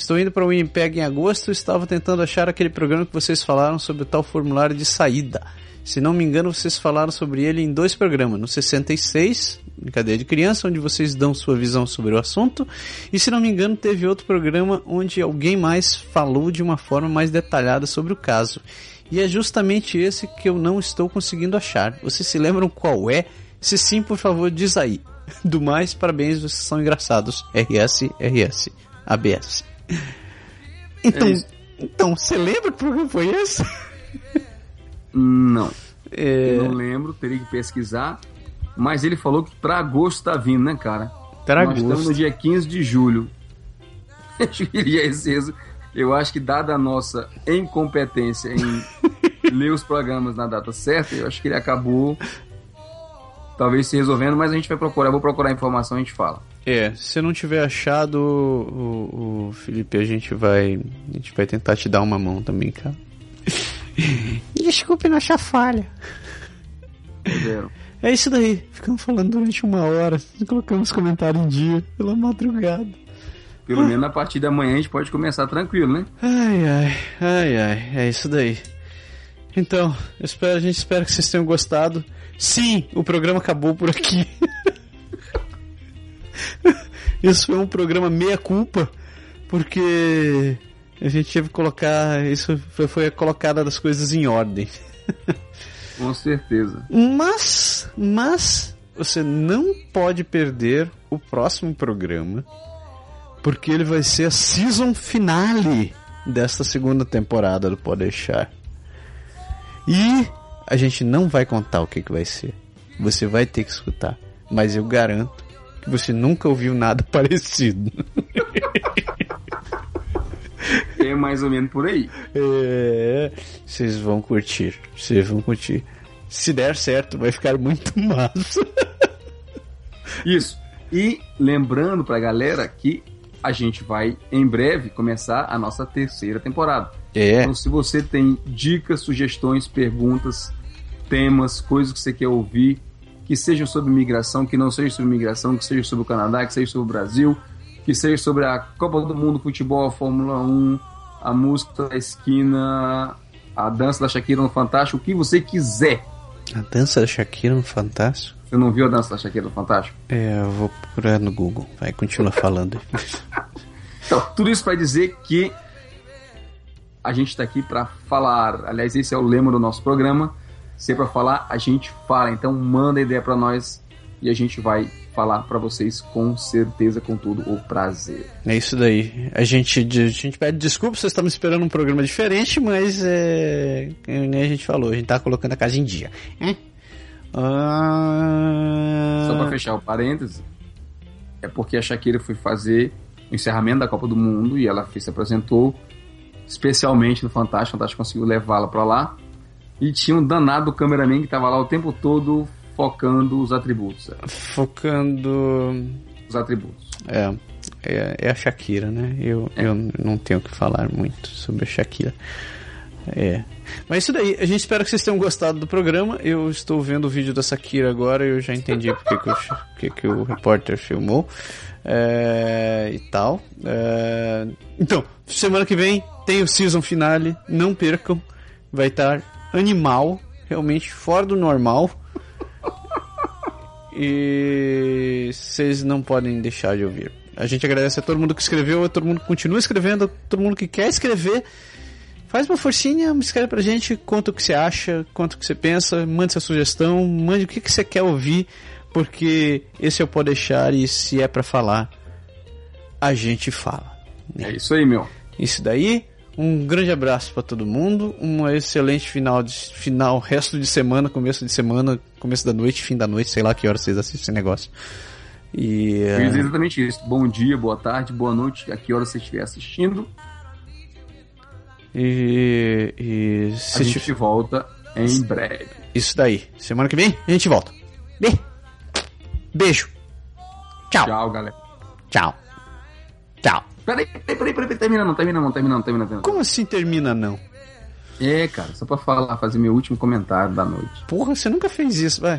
Estou indo para o Winnipeg em agosto e estava tentando achar aquele programa que vocês falaram sobre o tal formulário de saída. Se não me engano, vocês falaram sobre ele em dois programas. No sessenta e seis, Brincadeira de Criança, onde vocês dão sua visão sobre o assunto. E se não me engano, teve outro programa onde alguém mais falou de uma forma mais detalhada sobre o caso. E é justamente esse que eu não estou conseguindo achar. Vocês se lembram qual é? Se sim, por favor, diz aí. Do mais, parabéns, vocês são engraçados. R S, R S, A B S. Então, é então você lembra que programa foi esse? Não. É... Eu não lembro, teria que pesquisar. Mas ele falou que pra agosto tá vindo, né, cara? Pra Nós agosto. estamos no dia quinze de julho. Eu acho que, dada a nossa incompetência em ler os programas na data certa, eu acho que ele acabou talvez se resolvendo, mas a gente vai procurar. Eu vou procurar a informação e a gente fala. É, se não tiver achado, o, o Felipe, a gente vai a gente vai tentar te dar uma mão também, cara. Desculpe não achar falha. É isso daí. Ficamos falando durante uma hora. Colocamos comentário em dia pela madrugada. Pelo ah. menos a partir da manhã a gente pode começar tranquilo, né? Ai, ai, ai, ai. É isso daí. Então, eu espero, a gente espera que vocês tenham gostado. Sim, o programa acabou por aqui. Isso foi um programa meia culpa, porque a gente teve que colocar, isso foi, foi a colocada das coisas em ordem. Com certeza. Mas, mas você não pode perder o próximo programa, porque ele vai ser a season finale desta segunda temporada do Pode Deixar. E a gente não vai contar o que, que vai ser. Você vai ter que escutar, mas eu garanto que você nunca ouviu nada parecido. É mais ou menos por aí. É, vocês vão curtir. Vocês vão curtir. Se der certo, vai ficar muito massa. Isso. E lembrando pra galera que a gente vai em breve começar a nossa terceira temporada. É. Então, se você tem dicas, sugestões, perguntas, temas, coisas que você quer ouvir, que sejam sobre migração, que não sejam sobre migração, que sejam sobre o Canadá, que sejam sobre o Brasil, que seja sobre a Copa do Mundo, futebol, a Fórmula um, a música da esquina, a dança da Shakira no Fantástico, o que você quiser. A dança da Shakira no Fantástico? Você não viu a dança da Shakira no Fantástico? É, eu vou procurar no Google. Vai, continua falando. Então, tudo isso para dizer que a gente está aqui para falar. Aliás, esse é o lema do nosso programa. Se é para falar, a gente fala. Então, manda ideia para nós e a gente vai falar para vocês com certeza, com todo o prazer. É isso daí. A gente, a gente pede desculpa, vocês estavam esperando um programa diferente, mas é, nem a gente falou, a gente tá colocando a casa em dia. Hum? Ah... Só para fechar o parêntese, é porque a Shakira foi fazer o encerramento da Copa do Mundo e ela se apresentou especialmente no Fantástico. O Fantástico conseguiu levá-la para lá e tinha um danado cameraman que tava lá o tempo todo focando os atributos. Focando... Os atributos. É, é, é a Shakira, né? Eu, é. eu não tenho o que falar muito sobre a Shakira. É. Mas isso daí, a gente espera que vocês tenham gostado do programa. Eu estou vendo o vídeo da Shakira agora, eu já entendi porque que o, porque que o repórter filmou. É, e tal. É, então, semana que vem tem o season finale, não percam. Vai estar animal, realmente fora do normal. E vocês não podem deixar de ouvir. A gente agradece a todo mundo que escreveu, a todo mundo que continua escrevendo, a todo mundo que quer escrever. Faz uma forcinha, escreve pra gente, conta o que você acha, conta o que você pensa, mande sua sugestão, mande o que, que você quer ouvir, porque esse eu posso deixar e se é pra falar, a gente fala. É isso aí, meu. Isso daí. Um grande abraço para todo mundo, um excelente final de final, resto de semana, começo de semana, começo da noite, fim da noite, sei lá que hora vocês assistem esse negócio. E é exatamente isso. Bom dia, boa tarde, boa noite, a que hora você estiver assistindo. E, e a gente te... volta em breve. Isso daí. Semana que vem a gente volta. Be... Beijo. Tchau. Tchau, galera. Tchau. Tchau. Peraí, peraí, peraí, peraí, termina não, termina não, termina não, termina não. Como assim termina não? É, cara, só pra falar, fazer meu último comentário da noite. Porra, você nunca fez isso, vai.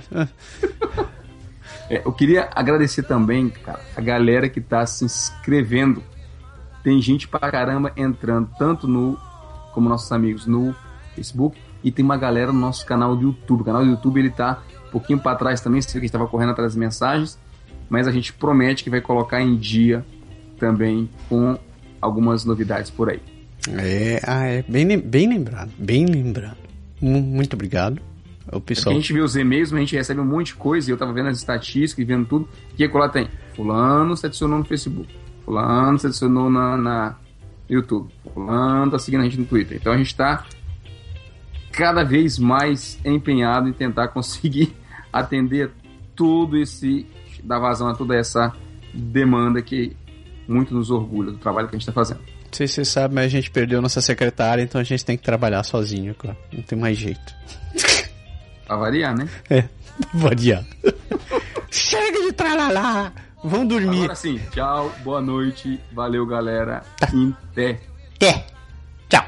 É, eu queria agradecer também, cara, a galera que tá se inscrevendo tem gente pra caramba entrando, tanto no, como nossos amigos no Facebook, e tem uma galera no nosso canal do YouTube. O canal do YouTube, ele tá um pouquinho pra trás também, você viu que a gente tava correndo atrás das mensagens, mas a gente promete que vai colocar em dia também com algumas novidades por aí. É, ah, é bem, bem lembrado, bem lembrado. Muito obrigado ao pessoal. É a gente vê os e-mails, mas a gente recebe um monte de coisa, e eu tava vendo as estatísticas e vendo tudo, que lá tem, fulano se adicionou no Facebook, fulano se adicionou na, na YouTube, fulano tá seguindo a gente no Twitter. Então a gente tá cada vez mais empenhado em tentar conseguir atender tudo esse, dar vazão a toda essa demanda que muito nos orgulha do trabalho que a gente está fazendo. Não sei se você sabe, mas a gente perdeu nossa secretária, então a gente tem que trabalhar sozinho agora. Não tem mais jeito. Pra variar, né? É, variar. Chega de tralalá! Vão dormir. Agora sim, tchau, boa noite, valeu galera, tá. Até. Até. Tchau.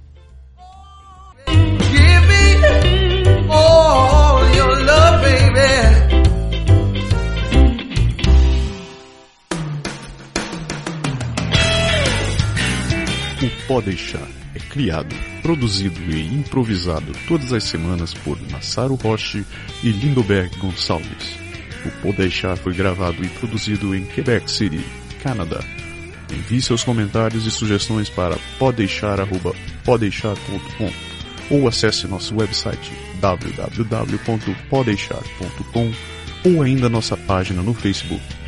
Give me all your love, baby. O Pode Deixar é criado, produzido e improvisado todas as semanas por Masaru Roshi e Lindoberg Gonçalves. O Pode Deixar foi gravado e produzido em Quebec City, Canadá. Envie seus comentários e sugestões para podeixar arroba podeixar ponto com ou acesse nosso website w w w ponto podeixar ponto com ou ainda nossa página no Facebook.